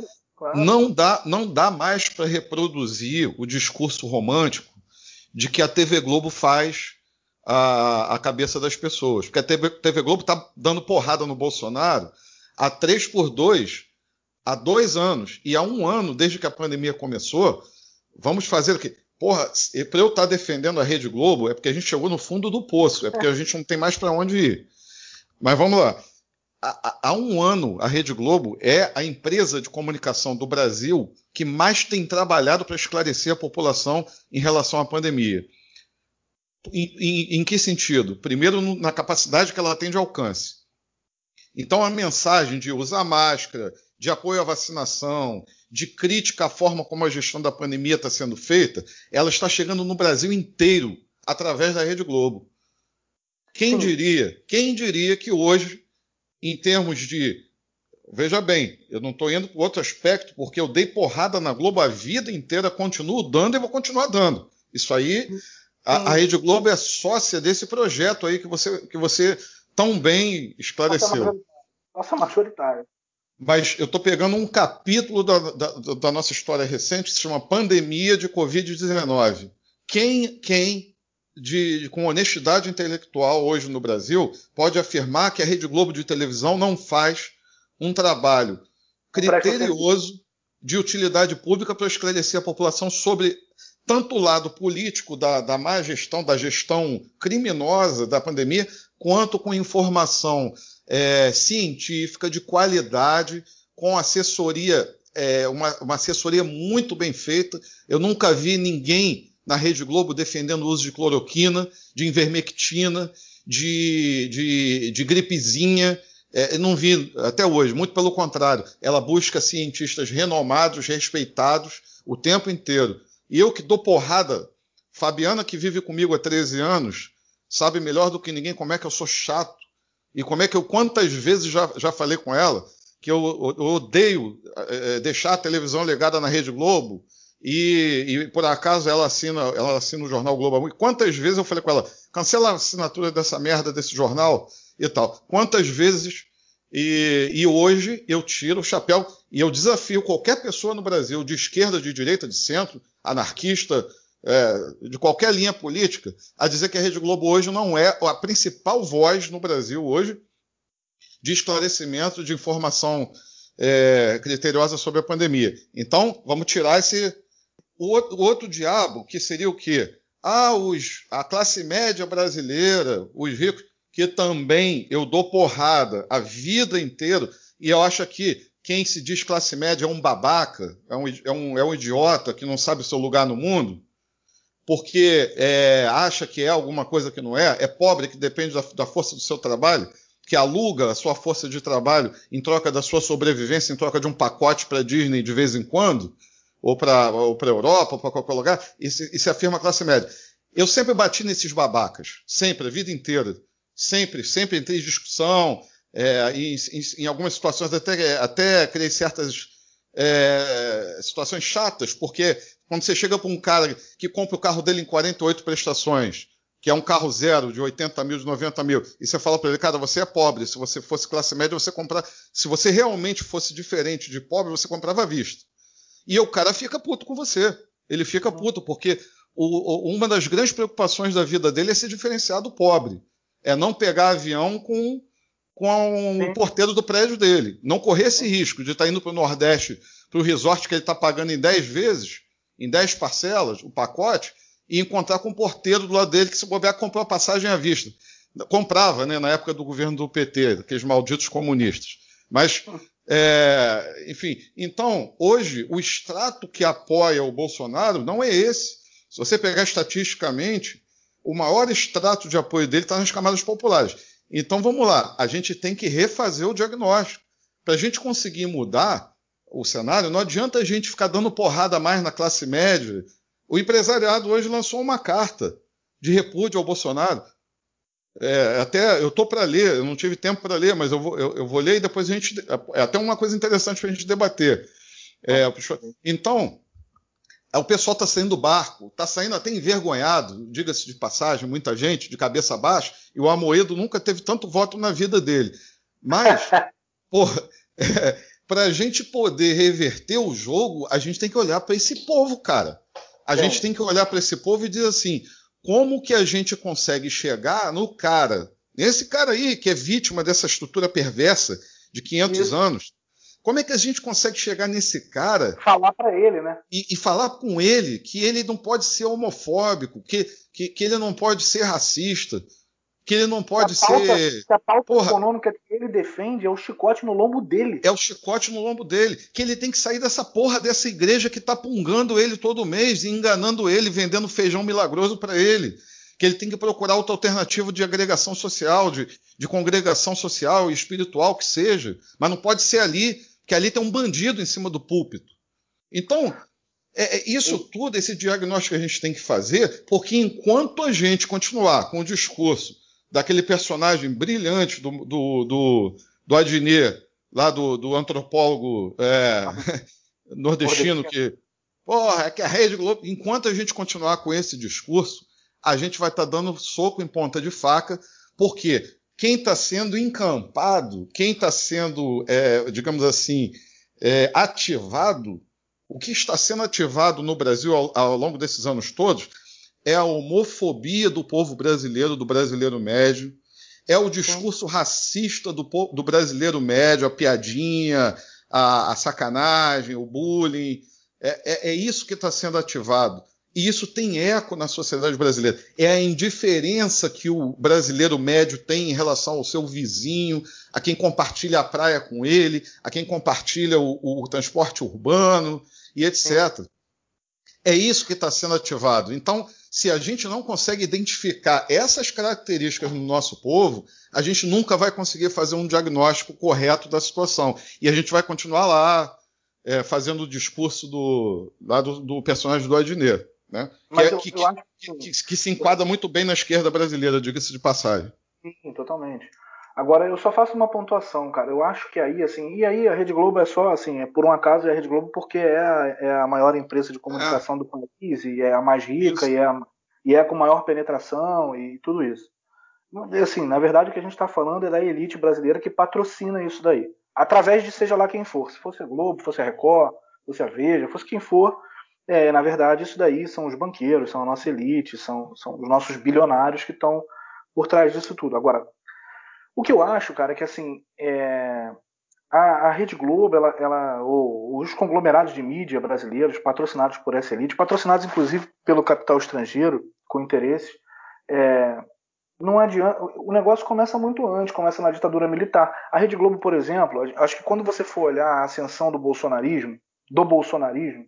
Claro. Não dá, não dá mais para reproduzir o discurso romântico de que a T V Globo faz a, a cabeça das pessoas. Porque a T V, T V Globo está dando porrada no Bolsonaro há três por dois, há dois anos. E há um ano, desde que a pandemia começou, vamos fazer o quê? Porra, para eu estar defendendo a Rede Globo é porque a gente chegou no fundo do poço, é porque a gente não tem mais para onde ir. Mas vamos lá. Há, há um ano, a Rede Globo é a empresa de comunicação do Brasil que mais tem trabalhado para esclarecer a população em relação à pandemia. Em, em, em que sentido? Primeiro, na capacidade que ela tem de alcance. Então, a mensagem de usar máscara, de apoio à vacinação, de crítica à forma como a gestão da pandemia está sendo feita, ela está chegando no Brasil inteiro através da Rede Globo. Quem diria, quem diria que hoje, em termos de... Veja bem, eu não estou indo para outro aspecto, porque eu dei porrada na Globo a vida inteira, continuo dando e vou continuar dando. Isso aí, a, a Rede Globo é sócia desse projeto aí que você, que você tão bem esclareceu. Nossa, majoritária. Mas eu estou pegando um capítulo da, da, da nossa história recente que se chama Pandemia de covid dezenove. Quem, quem de, com honestidade intelectual hoje no Brasil pode afirmar que a Rede Globo de televisão não faz um trabalho criterioso de utilidade pública para esclarecer a população sobre tanto o lado político da, da má gestão, da gestão criminosa da pandemia, quanto com informação É, científica, de qualidade, com assessoria, é, uma, uma assessoria muito bem feita. Eu nunca vi ninguém na Rede Globo defendendo o uso de cloroquina, de ivermectina, de, de, de gripezinha. É, não vi até hoje, muito pelo contrário. Ela busca cientistas renomados, respeitados, o tempo inteiro. E eu que dou porrada, Fabiana, que vive comigo há treze anos, sabe melhor do que ninguém como é que eu sou chato. E como é que eu, quantas vezes já, já falei com ela que eu, eu odeio é, deixar a televisão ligada na Rede Globo e, e por acaso ela assina, ela assina o jornal Globo. Quantas vezes eu falei com ela, cancela a assinatura dessa merda desse jornal e tal. Quantas vezes, e, e hoje eu tiro o chapéu e eu desafio qualquer pessoa no Brasil, de esquerda, de direita, de centro, anarquista, É, de qualquer linha política, a dizer que a Rede Globo hoje não é a principal voz no Brasil hoje de esclarecimento, de informação é, criteriosa sobre a pandemia. Então, vamos tirar esse... O outro, o outro diabo, que seria o quê? Ah, os, a classe média brasileira, os ricos, que também eu dou porrada a vida inteira, e eu acho que quem se diz classe média é um babaca, é um, é um, é um idiota que não sabe o seu lugar no mundo, porque é, acha que é alguma coisa que não é, é pobre que depende da, da força do seu trabalho, que aluga a sua força de trabalho em troca da sua sobrevivência, em troca de um pacote para Disney de vez em quando, ou para ou para Europa, ou para qualquer lugar, e se, e se afirma classe média. Eu sempre bati nesses babacas, sempre, a vida inteira, sempre, sempre entrei em discussão, é, em, em, em algumas situações até, até criei certas é, situações chatas, porque quando você chega para um cara que compra o carro dele em quarenta e oito prestações, que é um carro zero de oitenta mil, de noventa mil, e você fala para ele, cara, você é pobre, se você fosse classe média, você comprar, se você realmente fosse diferente de pobre, você comprava à vista. E o cara fica puto com você. Ele fica puto, porque o, o, uma das grandes preocupações da vida dele é se diferenciar do pobre. É não pegar avião com, com o porteiro do prédio dele. Não correr esse risco de estar indo para o Nordeste, para o resort que ele está pagando em dez vezes, em dez parcelas, o pacote, e encontrar com o porteiro do lado dele que se bobear comprou a passagem à vista. Comprava, né, na época do governo do P T, aqueles malditos comunistas. Mas, é, enfim, então, hoje, o extrato que apoia o Bolsonaro não é esse. Se você pegar estatisticamente, o maior extrato de apoio dele está nas camadas populares. Então, vamos lá, a gente tem que refazer o diagnóstico. Para a gente conseguir mudar o cenário, não adianta a gente ficar dando porrada mais na classe média. O empresariado hoje lançou uma carta de repúdio ao Bolsonaro. É, até eu estou para ler, eu não tive tempo para ler, mas eu vou, eu, eu vou ler e depois a gente. É até uma coisa interessante para a gente debater. É, então, o pessoal está saindo do barco, está saindo até envergonhado, diga-se de passagem, muita gente, de cabeça baixa, e o Amoedo nunca teve tanto voto na vida dele. Mas, porra, é, para a gente poder reverter o jogo, a gente tem que olhar para esse povo, cara. A É. gente tem que olhar para esse povo e dizer assim, como que a gente consegue chegar no cara, nesse cara aí que é vítima dessa estrutura perversa de quinhentos Isso. anos, como é que a gente consegue chegar nesse cara Falar para ele, né? e, e falar com ele que ele não pode ser homofóbico, que, que, que ele não pode ser racista, que ele não pode que a pauta, ser... que a pauta Porra, econômica que ele defende é o chicote no lombo dele. é o chicote no lombo dele, que ele tem que sair dessa porra dessa igreja que tá pungando ele todo mês e enganando ele, vendendo feijão milagroso para ele, que ele tem que procurar outra alternativa de agregação social, de, de congregação social e espiritual que seja, mas não pode ser ali, que ali tem um bandido em cima do púlpito. Então, é, é isso tudo, esse diagnóstico que a gente tem que fazer, porque enquanto a gente continuar com o discurso daquele personagem brilhante do, do, do, do Adnet, lá do, do antropólogo é, nordestino, que, porra, é que a Rede Globo, enquanto a gente continuar com esse discurso, a gente vai estar tá dando soco em ponta de faca, porque quem está sendo encampado, quem está sendo, é, digamos assim, é, ativado, o que está sendo ativado no Brasil ao, ao longo desses anos todos é a homofobia do povo brasileiro, do brasileiro médio, é o discurso racista do, do brasileiro médio, a piadinha, a, a sacanagem, o bullying. É, é, é isso que está sendo ativado. E isso tem eco na sociedade brasileira. É a indiferença que o brasileiro médio tem em relação ao seu vizinho, a quem compartilha a praia com ele, a quem compartilha o, o transporte urbano e etcétera. É isso que está sendo ativado. Então, se a gente não consegue identificar essas características no nosso povo, a gente nunca vai conseguir fazer um diagnóstico correto da situação. E a gente vai continuar lá é, fazendo o discurso do, lá do, do personagem do Adnet, né? Mas que, é, eu, que, eu acho que, que, que se enquadra muito bem na esquerda brasileira, diga-se de passagem. Sim, totalmente. Agora, eu só faço uma pontuação, cara. Eu acho que aí, assim, e aí a Rede Globo é só, assim, é por um acaso é a Rede Globo porque é a, é a maior empresa de comunicação É, do país e é a mais rica isso. e é, a, e é com maior penetração e tudo isso. Assim, na verdade, o que a gente está falando é da elite brasileira que patrocina isso daí. Através de seja lá quem for. Se fosse a Globo, fosse a Record, fosse a Veja, fosse quem for, é, na verdade, isso daí são os banqueiros, são a nossa elite, são, são os nossos bilionários que estão por trás disso tudo. Agora, o que eu acho, cara, é que assim, é, a, a Rede Globo, ela, ela, ou, os conglomerados de mídia brasileiros, patrocinados por essa elite, patrocinados inclusive pelo capital estrangeiro, com interesses, é, não adianta. O negócio começa muito antes, começa na ditadura militar. A Rede Globo, por exemplo, acho que quando você for olhar a ascensão do bolsonarismo, do bolsonarismo,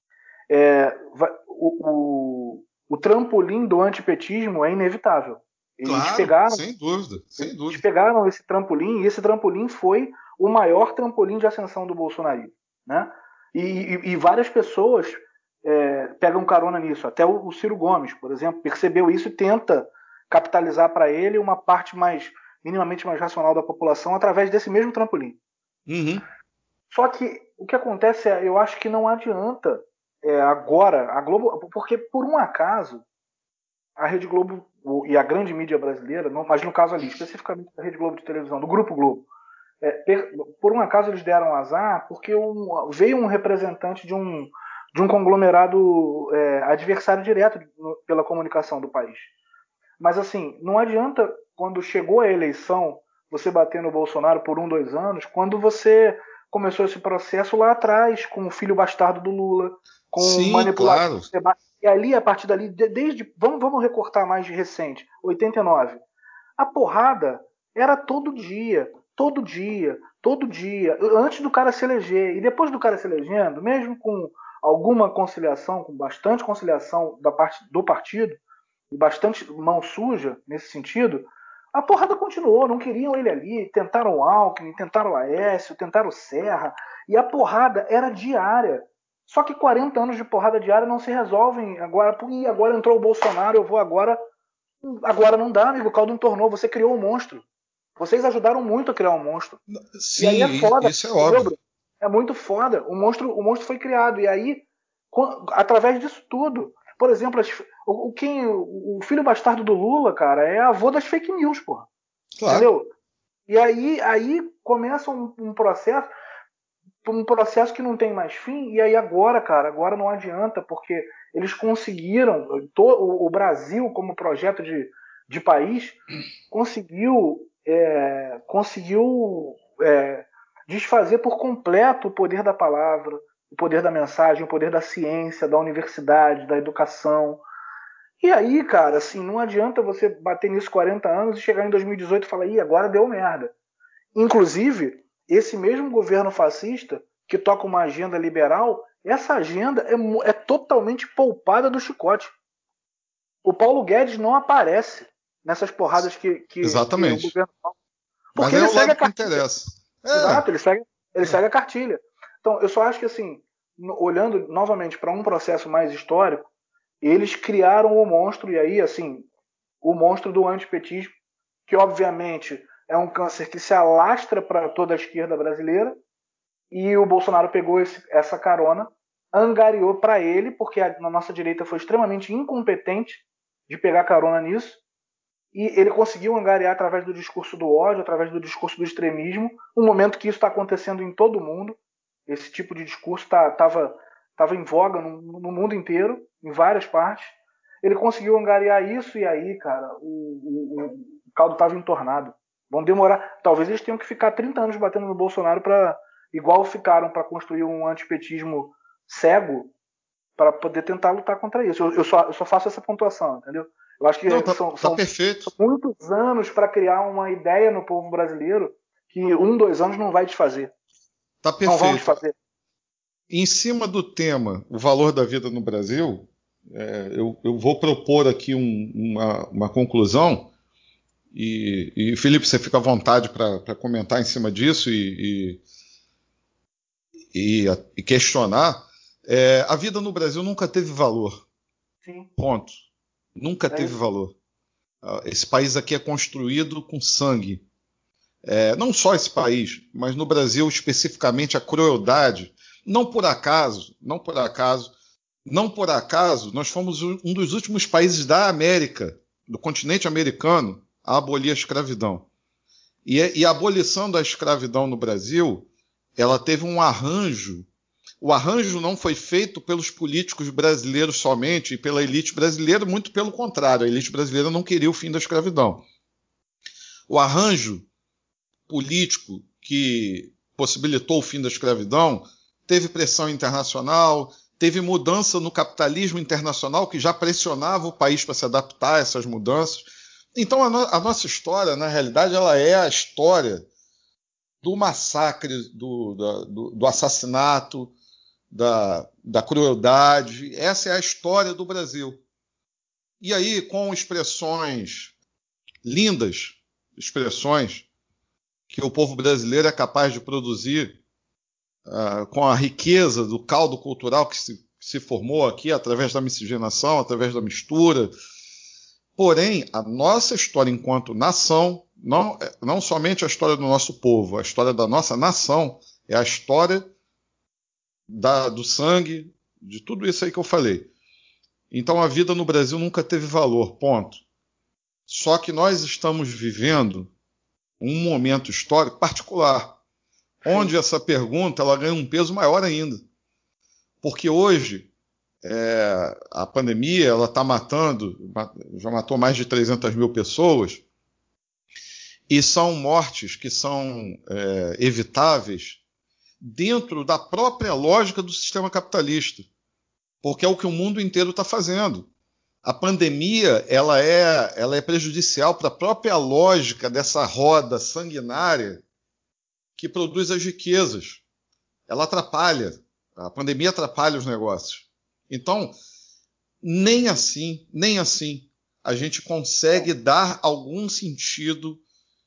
é, vai, o, o, o trampolim do antipetismo é inevitável. Eles Claro, pegaram, sem dúvida, sem eles dúvida. pegaram esse trampolim e esse trampolim foi o maior trampolim de ascensão do bolsonarismo, né? E, e, e várias pessoas é, pegam carona nisso. Até o, o Ciro Gomes, por exemplo, percebeu isso e tenta capitalizar para ele uma parte mais minimamente mais racional da população através desse mesmo trampolim. Uhum. Só que o que acontece é, eu acho que não adianta é, agora a Globo, porque por um acaso a Rede Globo e a grande mídia brasileira, mas no caso ali especificamente da Rede Globo de televisão, do Grupo Globo, é, por um acaso eles deram azar porque um, veio um representante de um de um conglomerado é, adversário direto pela comunicação do país. Mas assim, não adianta quando chegou a eleição você bater no Bolsonaro por um, dois anos, quando você começou esse processo lá atrás, com o filho bastardo do Lula, com Sim, manipulação claro. do debate. E ali, a partir dali, desde. Vamos, vamos recortar mais de recente, oitenta e nove. A porrada era todo dia, todo dia, todo dia, antes do cara se eleger. E depois do cara se elegendo, mesmo com alguma conciliação, com bastante conciliação da parte do partido, e bastante mão suja nesse sentido, a porrada continuou, não queriam ele ali, tentaram o Alckmin, tentaram o Aécio, tentaram o Serra, e a porrada era diária. Só que quarenta anos de porrada diária não se resolvem agora, e agora entrou o Bolsonaro, eu vou agora. Agora não dá, amigo, o caldo entornou, você criou um monstro. Vocês ajudaram muito a criar um monstro. Sim, E aí é foda, isso é entendeu, óbvio. Bruno? É muito foda. O monstro, o monstro foi criado. E aí, através disso tudo, por exemplo, o, quem, o filho bastardo do Lula, cara, é avô das fake news, porra. Claro. Entendeu? E aí, aí começa um, um processo. um processo que não tem mais fim, e aí agora, cara, agora não adianta, porque eles conseguiram, o Brasil como projeto de, de país, conseguiu, é, conseguiu é, desfazer por completo o poder da palavra, o poder da mensagem, o poder da ciência, da universidade, da educação. E aí, cara, assim, não adianta você bater nisso quarenta anos e chegar em dois mil e dezoito e falar, ih, agora deu merda. Inclusive, esse mesmo governo fascista que toca uma agenda liberal, essa agenda é, é totalmente poupada do chicote. O Paulo Guedes não aparece nessas porradas que, que, que o governo fala. Porque Mas ele é o segue lado a que cartilha. interessa. É. Exato, ele segue, ele segue a cartilha. Então, eu só acho que, assim, olhando novamente para um processo mais histórico, eles criaram o monstro, e aí, assim, o monstro do antipetismo, que obviamente é um câncer que se alastra para toda a esquerda brasileira, e o Bolsonaro pegou esse, essa carona, angariou para ele, porque a, a nossa direita foi extremamente incompetente de pegar carona nisso, e ele conseguiu angariar através do discurso do ódio, através do discurso do extremismo, um momento que isso está acontecendo em todo mundo. Esse tipo de discurso estava tá, em voga no, no mundo inteiro, em várias partes. Ele conseguiu angariar isso e aí, cara, o, o, o caldo estava entornado. Vão demorar. Talvez eles tenham que ficar trinta anos batendo no Bolsonaro para, igual ficaram para construir um antipetismo cego, para poder tentar lutar contra isso. Eu, eu, só, eu só faço essa pontuação, entendeu? Eu acho que Não, tá, são, tá são, perfeito. são muitos anos para criar uma ideia no povo brasileiro que um, dois anos não vai desfazer. Tá perfeito. Não vão desfazer. Em cima do tema, o valor da vida no Brasil, é, eu, eu vou propor aqui um, uma, uma conclusão, e, e Felipe, você fica à vontade para comentar em cima disso e, e, e questionar. É, a vida no Brasil nunca teve valor. Sim. Ponto. Nunca É teve isso. valor. Esse país aqui é construído com sangue. É, não só esse país, mas no Brasil especificamente a crueldade. Não por acaso, não por acaso, não por acaso, nós fomos um dos últimos países da América, do continente americano, a abolir a escravidão. E, e a abolição da escravidão no Brasil, ela teve um arranjo. O arranjo não foi feito pelos políticos brasileiros somente e pela elite brasileira, muito pelo contrário, a elite brasileira não queria o fim da escravidão. O arranjo político que possibilitou o fim da escravidão teve pressão internacional, teve mudança no capitalismo internacional que já pressionava o país para se adaptar a essas mudanças. Então a, no, a nossa história, na realidade, ela é a história do massacre, do, da, do, do assassinato, da, da crueldade. Essa é a história do Brasil. E aí, com expressões lindas, expressões que o povo brasileiro é capaz de produzir uh, com a riqueza do caldo cultural que se, que se formou aqui através da miscigenação, através da mistura. Porém, a nossa história enquanto nação, não, não somente a história do nosso povo, a história da nossa nação é a história da, do sangue, de tudo isso aí que eu falei. Então a vida no Brasil nunca teve valor, ponto. Só que nós estamos vivendo um momento histórico particular, onde essa pergunta ela ganha um peso maior ainda. Porque hoje é, a pandemia ela está matando, já matou mais de trezentas mil pessoas, e são mortes que são é, evitáveis dentro da própria lógica do sistema capitalista, porque é o que o mundo inteiro está fazendo. A pandemia ela é, ela é prejudicial para a própria lógica dessa roda sanguinária que produz as riquezas. Ela atrapalha. A pandemia atrapalha os negócios. Então, nem assim, nem assim, a gente consegue dar algum sentido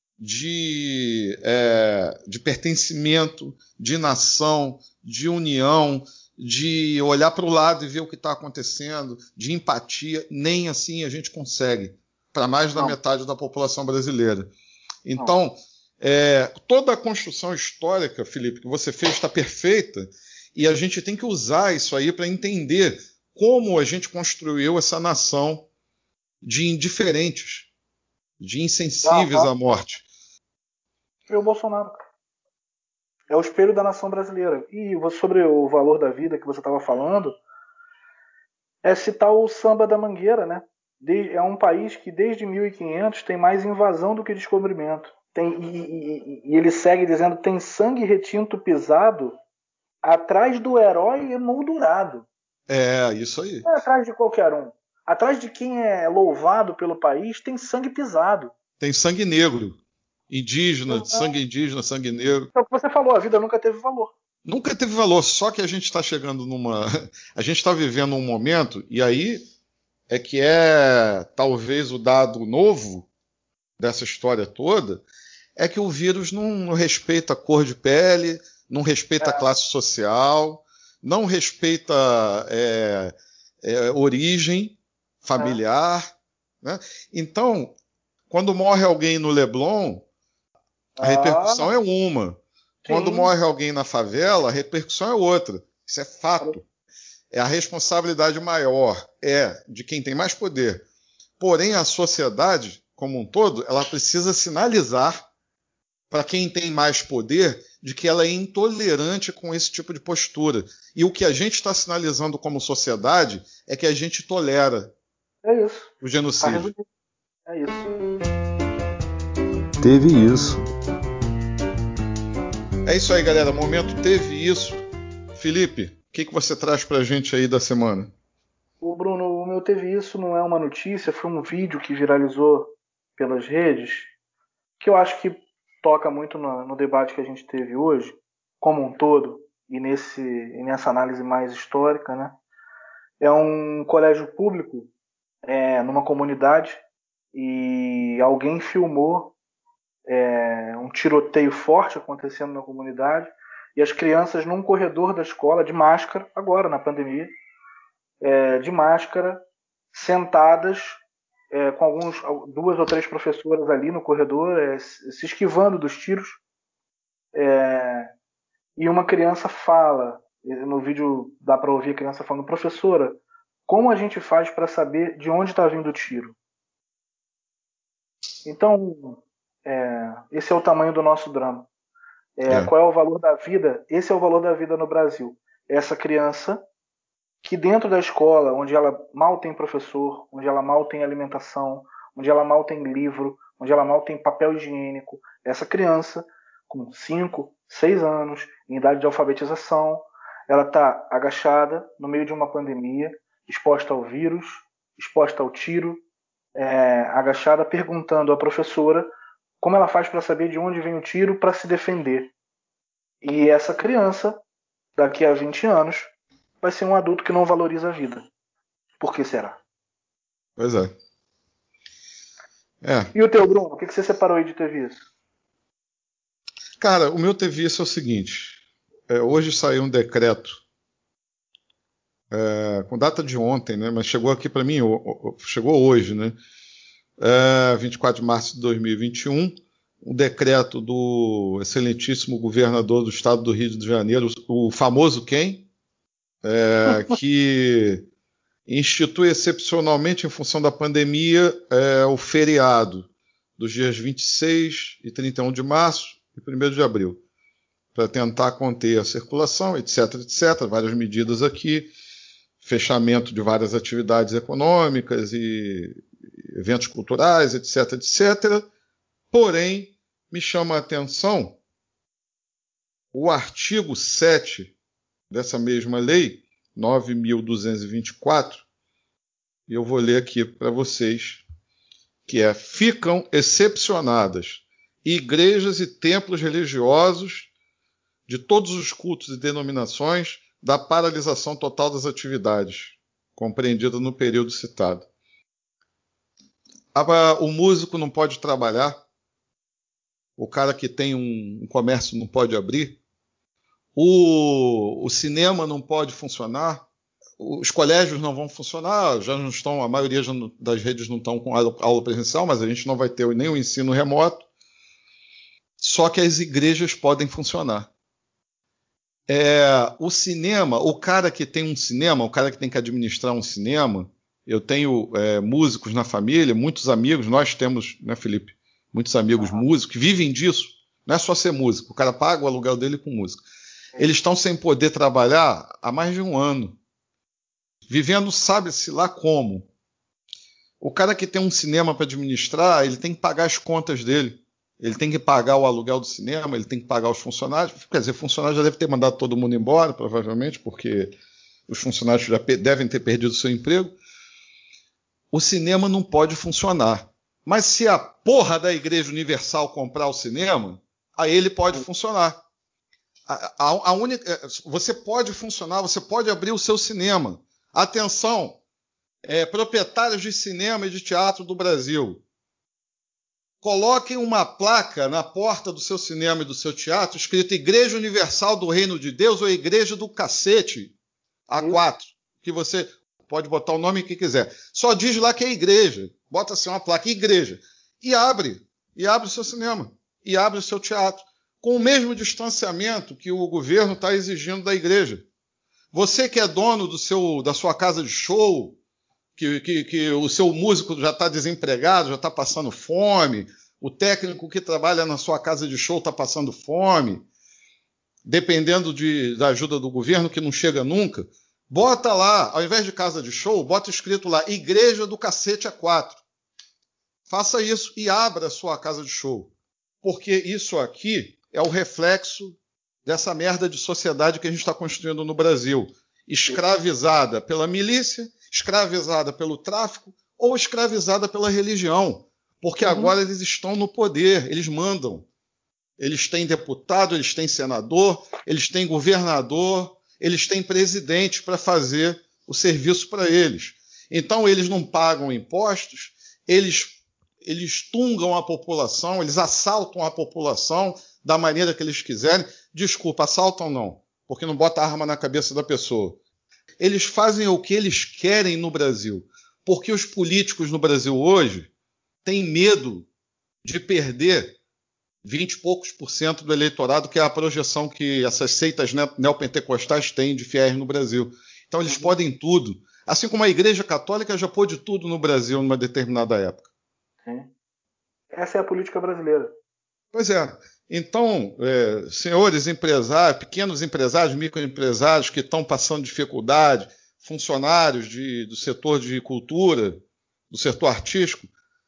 de, é, de pertencimento, de nação, de união, de olhar para o lado e ver o que está acontecendo, de empatia. Nem assim a gente consegue, para mais da Não. metade da população brasileira. Então, é, toda a construção histórica, Felipe, que você fez está perfeita, e a gente tem que usar isso aí para entender como a gente construiu essa nação de indiferentes, de insensíveis Ah, ah. à morte. E o Bolsonaro? É o espelho da nação brasileira. E sobre o valor da vida que você estava falando, é citar o samba da Mangueira, né? É um país que desde mil e quinhentos tem mais invasão do que descobrimento. Tem, e, e, e ele segue dizendo: tem sangue retinto pisado atrás do herói emoldurado. É, isso aí. Não é atrás de qualquer um. Atrás de quem é louvado pelo país tem sangue pisado. Tem sangue negro. Indígena, sangue indígena, sangue negro. É o que você falou, a vida nunca teve valor. Nunca teve valor, só que a gente está chegando numa... A gente está vivendo um momento, e aí é que é talvez o dado novo dessa história toda, é que o vírus não, não respeita a cor de pele, não respeita É. a classe social, não respeita é, é, origem familiar. É. Né? Então, quando morre alguém no Leblon, a Ah, repercussão é uma. sim. Quando morre alguém na favela, a repercussão é outra. Isso é fato. É a responsabilidade maior, é de quem tem mais poder. Porém, a sociedade, como um todo, ela precisa sinalizar para quem tem mais poder de que ela é intolerante com esse tipo de postura. E o que a gente está sinalizando como sociedade é que a gente tolera é isso. o genocídio. É isso. Teve isso. É isso aí, galera. Momento teve isso. Felipe, o que, que você traz para a gente aí da semana? O Bruno, o meu teve isso não é uma notícia, foi um vídeo que viralizou pelas redes, que eu acho que toca muito no, no debate que a gente teve hoje, como um todo, e, nesse, e nessa análise mais histórica, né? É um colégio público é, numa comunidade, e alguém filmou é, um tiroteio forte acontecendo na comunidade, e as crianças num corredor da escola de máscara, agora na pandemia, é, de máscara, sentadas é, com alguns, duas ou três professoras ali no corredor, é, se esquivando dos tiros. É, e uma criança fala, no vídeo dá para ouvir a criança falando: professora, como a gente faz para saber de onde está vindo o tiro? Então, é, esse é o tamanho do nosso drama. É, É. Qual é o valor da vida? Esse é o valor da vida no Brasil. Essa criança que dentro da escola, onde ela mal tem professor, onde ela mal tem alimentação, onde ela mal tem livro, onde ela mal tem papel higiênico, essa criança, com cinco, seis anos, em idade de alfabetização, ela está agachada no meio de uma pandemia, exposta ao vírus, exposta ao tiro, é, agachada perguntando à professora como ela faz para saber de onde vem o tiro para se defender. E essa criança, daqui a vinte anos, vai ser um adulto que não valoriza a vida. Por que será? Pois é. É. E o teu, Bruno? O que você separou aí de T V isso? Cara, o meu teve isso é o seguinte. É, hoje saiu um decreto é, com data de ontem, né? Mas chegou aqui para mim, chegou hoje, né? É, vinte e quatro de março de dois mil e vinte e um, um decreto do excelentíssimo governador do estado do Rio de Janeiro, o famoso quem? É, que institui excepcionalmente, em função da pandemia, é, o feriado dos dias vinte e seis e trinta e um de março e primeiro de abril, para tentar conter a circulação, etc, etc, várias medidas aqui, fechamento de várias atividades econômicas e eventos culturais, etc, etcétera. Porém, me chama a atenção o artigo sete dessa mesma lei, nove mil duzentos e vinte e quatro, e eu vou ler aqui para vocês, que é: ficam excepcionadas igrejas e templos religiosos de todos os cultos e denominações da paralisação total das atividades, compreendida no período citado. O músico não pode trabalhar, o cara que tem um, um comércio não pode abrir, o, o cinema não pode funcionar, os colégios não vão funcionar, já não estão, a maioria já não, das redes não estão com aula, aula presencial, mas a gente não vai ter nem o ensino remoto, só que as igrejas podem funcionar. É, o cinema, o cara que tem um cinema, o cara que tem que administrar um cinema, eu tenho é, músicos na família, muitos amigos, nós temos, né, Felipe, muitos amigos Uhum. músicos que vivem disso, Não é só ser músico, o cara paga o aluguel dele com música. Eles estão sem poder trabalhar há mais de um ano, vivendo sabe-se lá como. O cara que tem um cinema para administrar, ele tem que pagar as contas dele. Ele tem que pagar o aluguel do cinema, ele tem que pagar os funcionários. Quer dizer, funcionários já deve ter mandado todo mundo embora, provavelmente, porque os funcionários já devem ter perdido o seu emprego. O cinema não pode funcionar. Mas se a porra da Igreja Universal comprar o cinema, aí ele pode funcionar. A, a, a única, você pode funcionar, você pode abrir o seu cinema. Atenção, é, proprietários de cinema e de teatro do Brasil. Coloquem uma placa na porta do seu cinema e do seu teatro escrito Igreja Universal do Reino de Deus ou Igreja do Cacete A quatro, que você pode botar o nome que quiser. Só diz lá que é igreja. Bota assim uma placa, igreja. E abre. E abre o seu cinema. E abre o seu teatro. Com o mesmo distanciamento que o governo está exigindo da igreja. Você que é dono do seu, da sua casa de show, que, que, que o seu músico já está desempregado, já está passando fome, o técnico que trabalha na sua casa de show está passando fome, dependendo de, da ajuda do governo, que não chega nunca, bota lá, ao invés de casa de show, bota escrito lá, Igreja do Cacete A quatro. Faça isso e abra a sua casa de show. Porque isso aqui é o reflexo dessa merda de sociedade que a gente está construindo no Brasil. Escravizada pela milícia, escravizada pelo tráfico ou escravizada pela religião. Porque uhum. agora eles estão no poder, eles mandam. Eles têm deputado, eles têm senador, eles têm governador, eles têm presidente para fazer o serviço para eles. Então eles não pagam impostos, eles, eles tungam a população, eles assaltam a população da maneira que eles quiserem. Desculpa, assaltam não, porque não bota arma na cabeça da pessoa. Eles fazem o que eles querem no Brasil, porque os políticos no Brasil hoje têm medo de perder vinte e poucos por cento do eleitorado, que é a projeção que essas seitas neopentecostais têm de fiéis no Brasil. Então eles uhum. podem tudo. Assim como a Igreja Católica já pôde tudo no Brasil numa determinada época. Sim. Essa é a política brasileira. Pois é. Então, é, senhores empresários, pequenos empresários, microempresários que estão passando dificuldade, funcionários de, do setor de cultura, do setor artístico,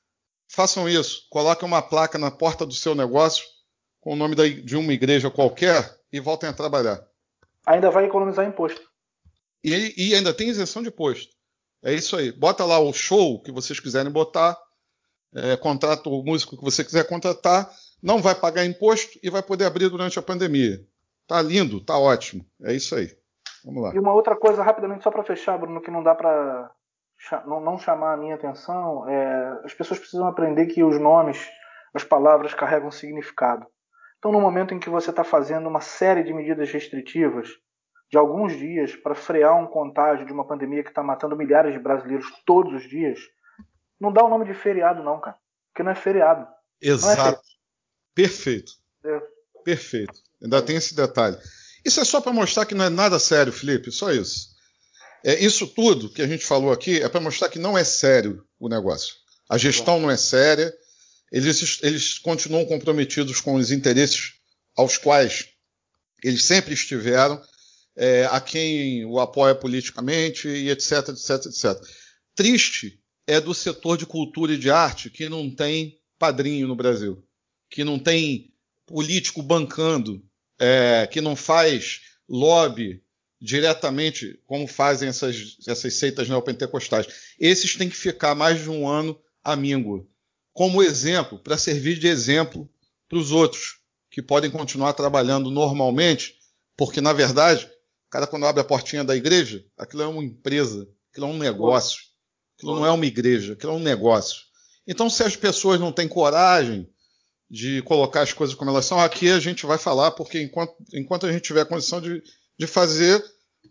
façam isso. Coloquem uma placa na porta do seu negócio com o nome da, de uma igreja qualquer e voltem a trabalhar. Ainda vai economizar imposto. E, e ainda tem isenção de imposto. É isso aí. Bota lá o show que vocês quiserem botar, é, contrata o músico que você quiser contratar, não vai pagar imposto e vai poder abrir durante a pandemia. Tá lindo, tá ótimo. É isso aí. Vamos lá. E uma outra coisa, rapidamente, só para fechar, Bruno, que não dá para não, não chamar a minha atenção, é, as pessoas precisam aprender que os nomes, as palavras carregam significado. Então, no momento em que você está fazendo uma série de medidas restritivas, de alguns dias, para frear um contágio de uma pandemia que está matando milhares de brasileiros todos os dias, não dá o nome de feriado não, cara. Porque não é feriado. Exato. Não é feriado. Perfeito. É. Perfeito. Ainda é. tem esse detalhe. Isso é só para mostrar que não é nada sério, Felipe. Só isso. É, isso tudo que a gente falou aqui é para mostrar que não é sério o negócio. A gestão não é séria. Eles, eles continuam comprometidos com os interesses aos quais eles sempre estiveram, é, a quem o apoia politicamente, e etc, etc, etcétera. Triste é do setor de cultura e de arte que não tem padrinho no Brasil, que não tem político bancando, é, que não faz lobby diretamente como fazem essas, essas seitas neopentecostais. Esses têm que ficar mais de um ano à míngua, como exemplo, para servir de exemplo para os outros, que podem continuar trabalhando normalmente, porque, na verdade, o cara, quando abre a portinha da igreja, aquilo é uma empresa, aquilo é um negócio, aquilo não é uma igreja, aquilo é um negócio. Então, se as pessoas não têm coragem de colocar as coisas como elas são, aqui a gente vai falar, porque enquanto, enquanto a gente tiver condição de, de fazer,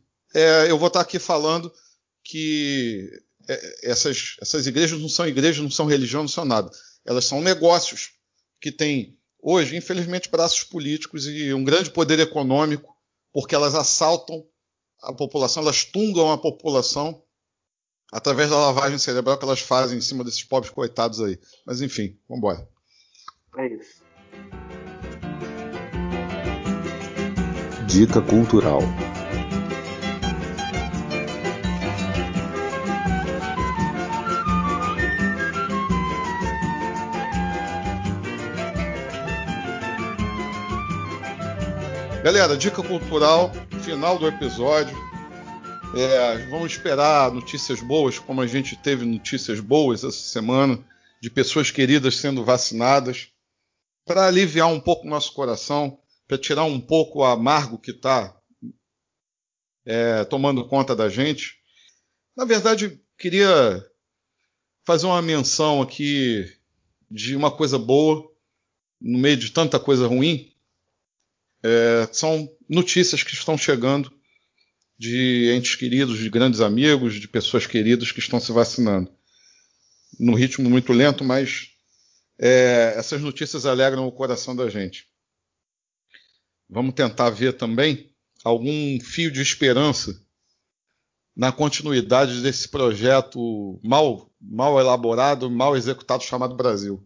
é, eu vou estar aqui falando que é, essas, essas igrejas não são igrejas, não são religião, não são nada. Elas são negócios que têm, hoje, infelizmente, braços políticos e um grande poder econômico, porque elas assaltam a população, elas tungam a população através da lavagem cerebral que elas fazem em cima desses pobres coitados aí. Mas, enfim, vamos embora. É isso. Dica cultural. Galera, dica cultural, final do episódio. É, vamos esperar notícias boas, como a gente teve notícias boas essa semana, de pessoas queridas sendo vacinadas, para aliviar um pouco o nosso coração, para tirar um pouco o amargo que está é, tomando conta da gente. Na verdade, queria fazer uma menção aqui de uma coisa boa, no meio de tanta coisa ruim. É, são notícias que estão chegando de entes queridos, de grandes amigos, de pessoas queridas que estão se vacinando. Num ritmo muito lento, mas é, essas notícias alegram o coração da gente. Vamos tentar ver também algum fio de esperança na continuidade desse projeto mal, mal elaborado, mal executado, chamado Brasil.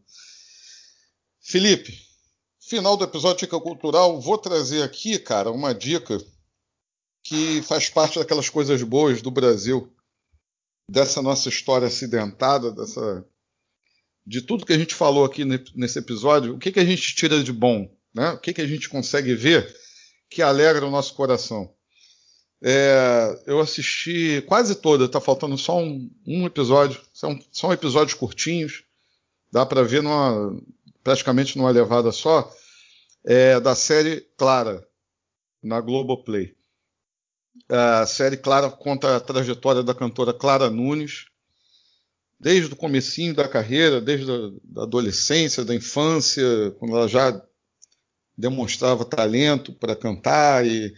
Felipe, final do episódio Dica Cultural, vou trazer aqui, cara, uma dica que faz parte daquelas coisas boas do Brasil, dessa nossa história acidentada, dessa, de tudo que a gente falou aqui nesse episódio. O que, que a gente tira de bom, né? O que, que a gente consegue ver que alegra o nosso coração? É, eu assisti quase toda, tá faltando só um, um episódio, são, são episódios curtinhos, dá para ver numa, praticamente numa levada só, é, da série Clara, na Globoplay. A série Clara conta a trajetória da cantora Clara Nunes, desde o comecinho da carreira, desde a da adolescência, da infância, quando ela já demonstrava talento para cantar, e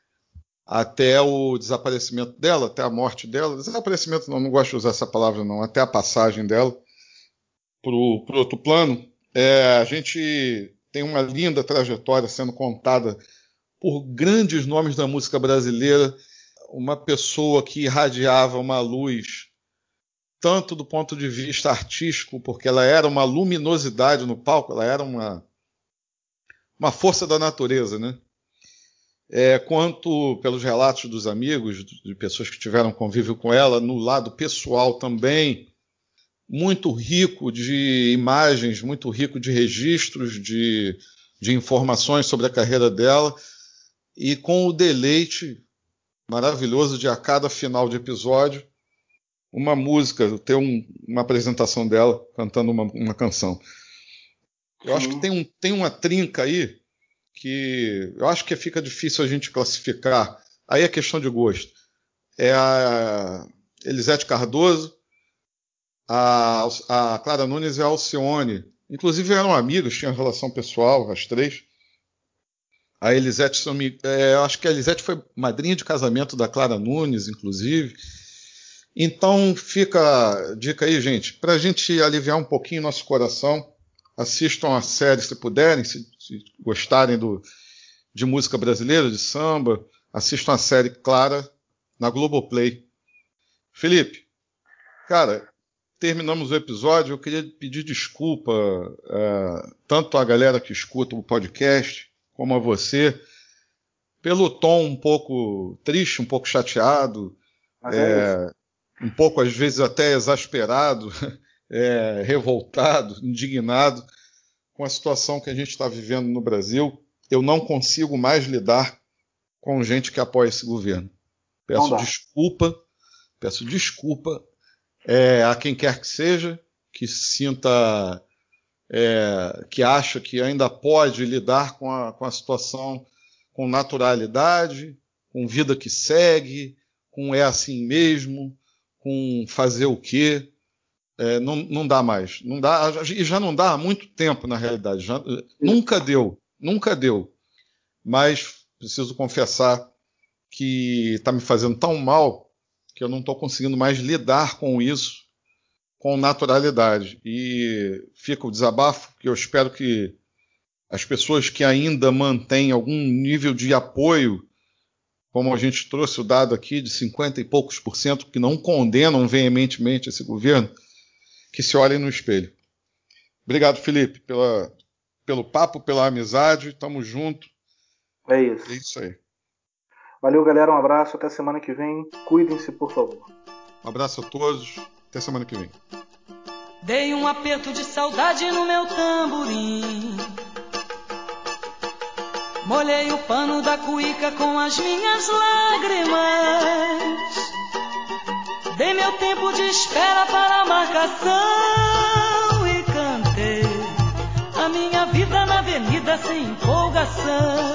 até o desaparecimento dela, até a morte dela. Desaparecimento não, não gosto de usar essa palavra não, até a passagem dela para o outro plano. É, a gente tem uma linda trajetória sendo contada por grandes nomes da música brasileira, uma pessoa que irradiava uma luz, tanto do ponto de vista artístico, porque ela era uma luminosidade no palco, ela era uma, uma força da natureza, né? É, quanto pelos relatos dos amigos, de pessoas que tiveram convívio com ela, no lado pessoal também, muito rico de imagens, muito rico de registros, de, de informações sobre a carreira dela, e com o deleite maravilhoso de a cada final de episódio uma música, ter um, uma apresentação dela cantando uma, uma canção. Eu Sim. acho que tem, um, tem uma trinca aí que eu acho que fica difícil a gente classificar. Aí é questão de gosto. É a Elisete Cardoso, a, a Clara Nunes e a Alcione. Inclusive eram amigas, tinham relação pessoal, as três. A Elisete, é, eu acho que a Elisete foi madrinha de casamento da Clara Nunes, inclusive. Então fica a dica aí, gente, para a gente aliviar um pouquinho nosso coração, assistam a série se puderem, se, se gostarem do, de música brasileira, de samba, assistam a série Clara na Globoplay. Felipe, cara, terminamos o episódio, eu queria pedir desculpa uh, tanto à galera que escuta o podcast, como a você, pelo tom um pouco triste, um pouco chateado, Mas é é, um pouco às vezes até exasperado, é, revoltado, indignado com a situação que a gente está vivendo no Brasil. Eu não consigo mais lidar com gente que apoia esse governo. Peço desculpa, peço desculpa é, a quem quer que seja, que se sinta... É, que acha que ainda pode lidar com a, com a situação com naturalidade, com vida que segue, com é assim mesmo, com fazer o quê. É, não, não dá mais. Não dá, e já não dá há muito tempo, na realidade. Já, nunca deu, nunca deu. Mas preciso confessar que está me fazendo tão mal que eu não estou conseguindo mais lidar com isso com naturalidade. E fica o desabafo, que eu espero que as pessoas que ainda mantêm algum nível de apoio, como a gente trouxe o dado aqui de cinquenta e poucos por cento que não condenam veementemente esse governo, que se olhem no espelho. Obrigado, Felipe, pela, pelo papo, pela amizade. Tamo junto. É isso. É isso aí. Valeu, galera. Um abraço. Até semana que vem. Cuidem-se, por favor. Um abraço a todos. Até semana que vem. Dei um aperto de saudade no meu tamborim. Molhei o pano da cuíca com as minhas lágrimas. Dei meu tempo de espera para a marcação e cantei a minha vida na avenida sem empolgação.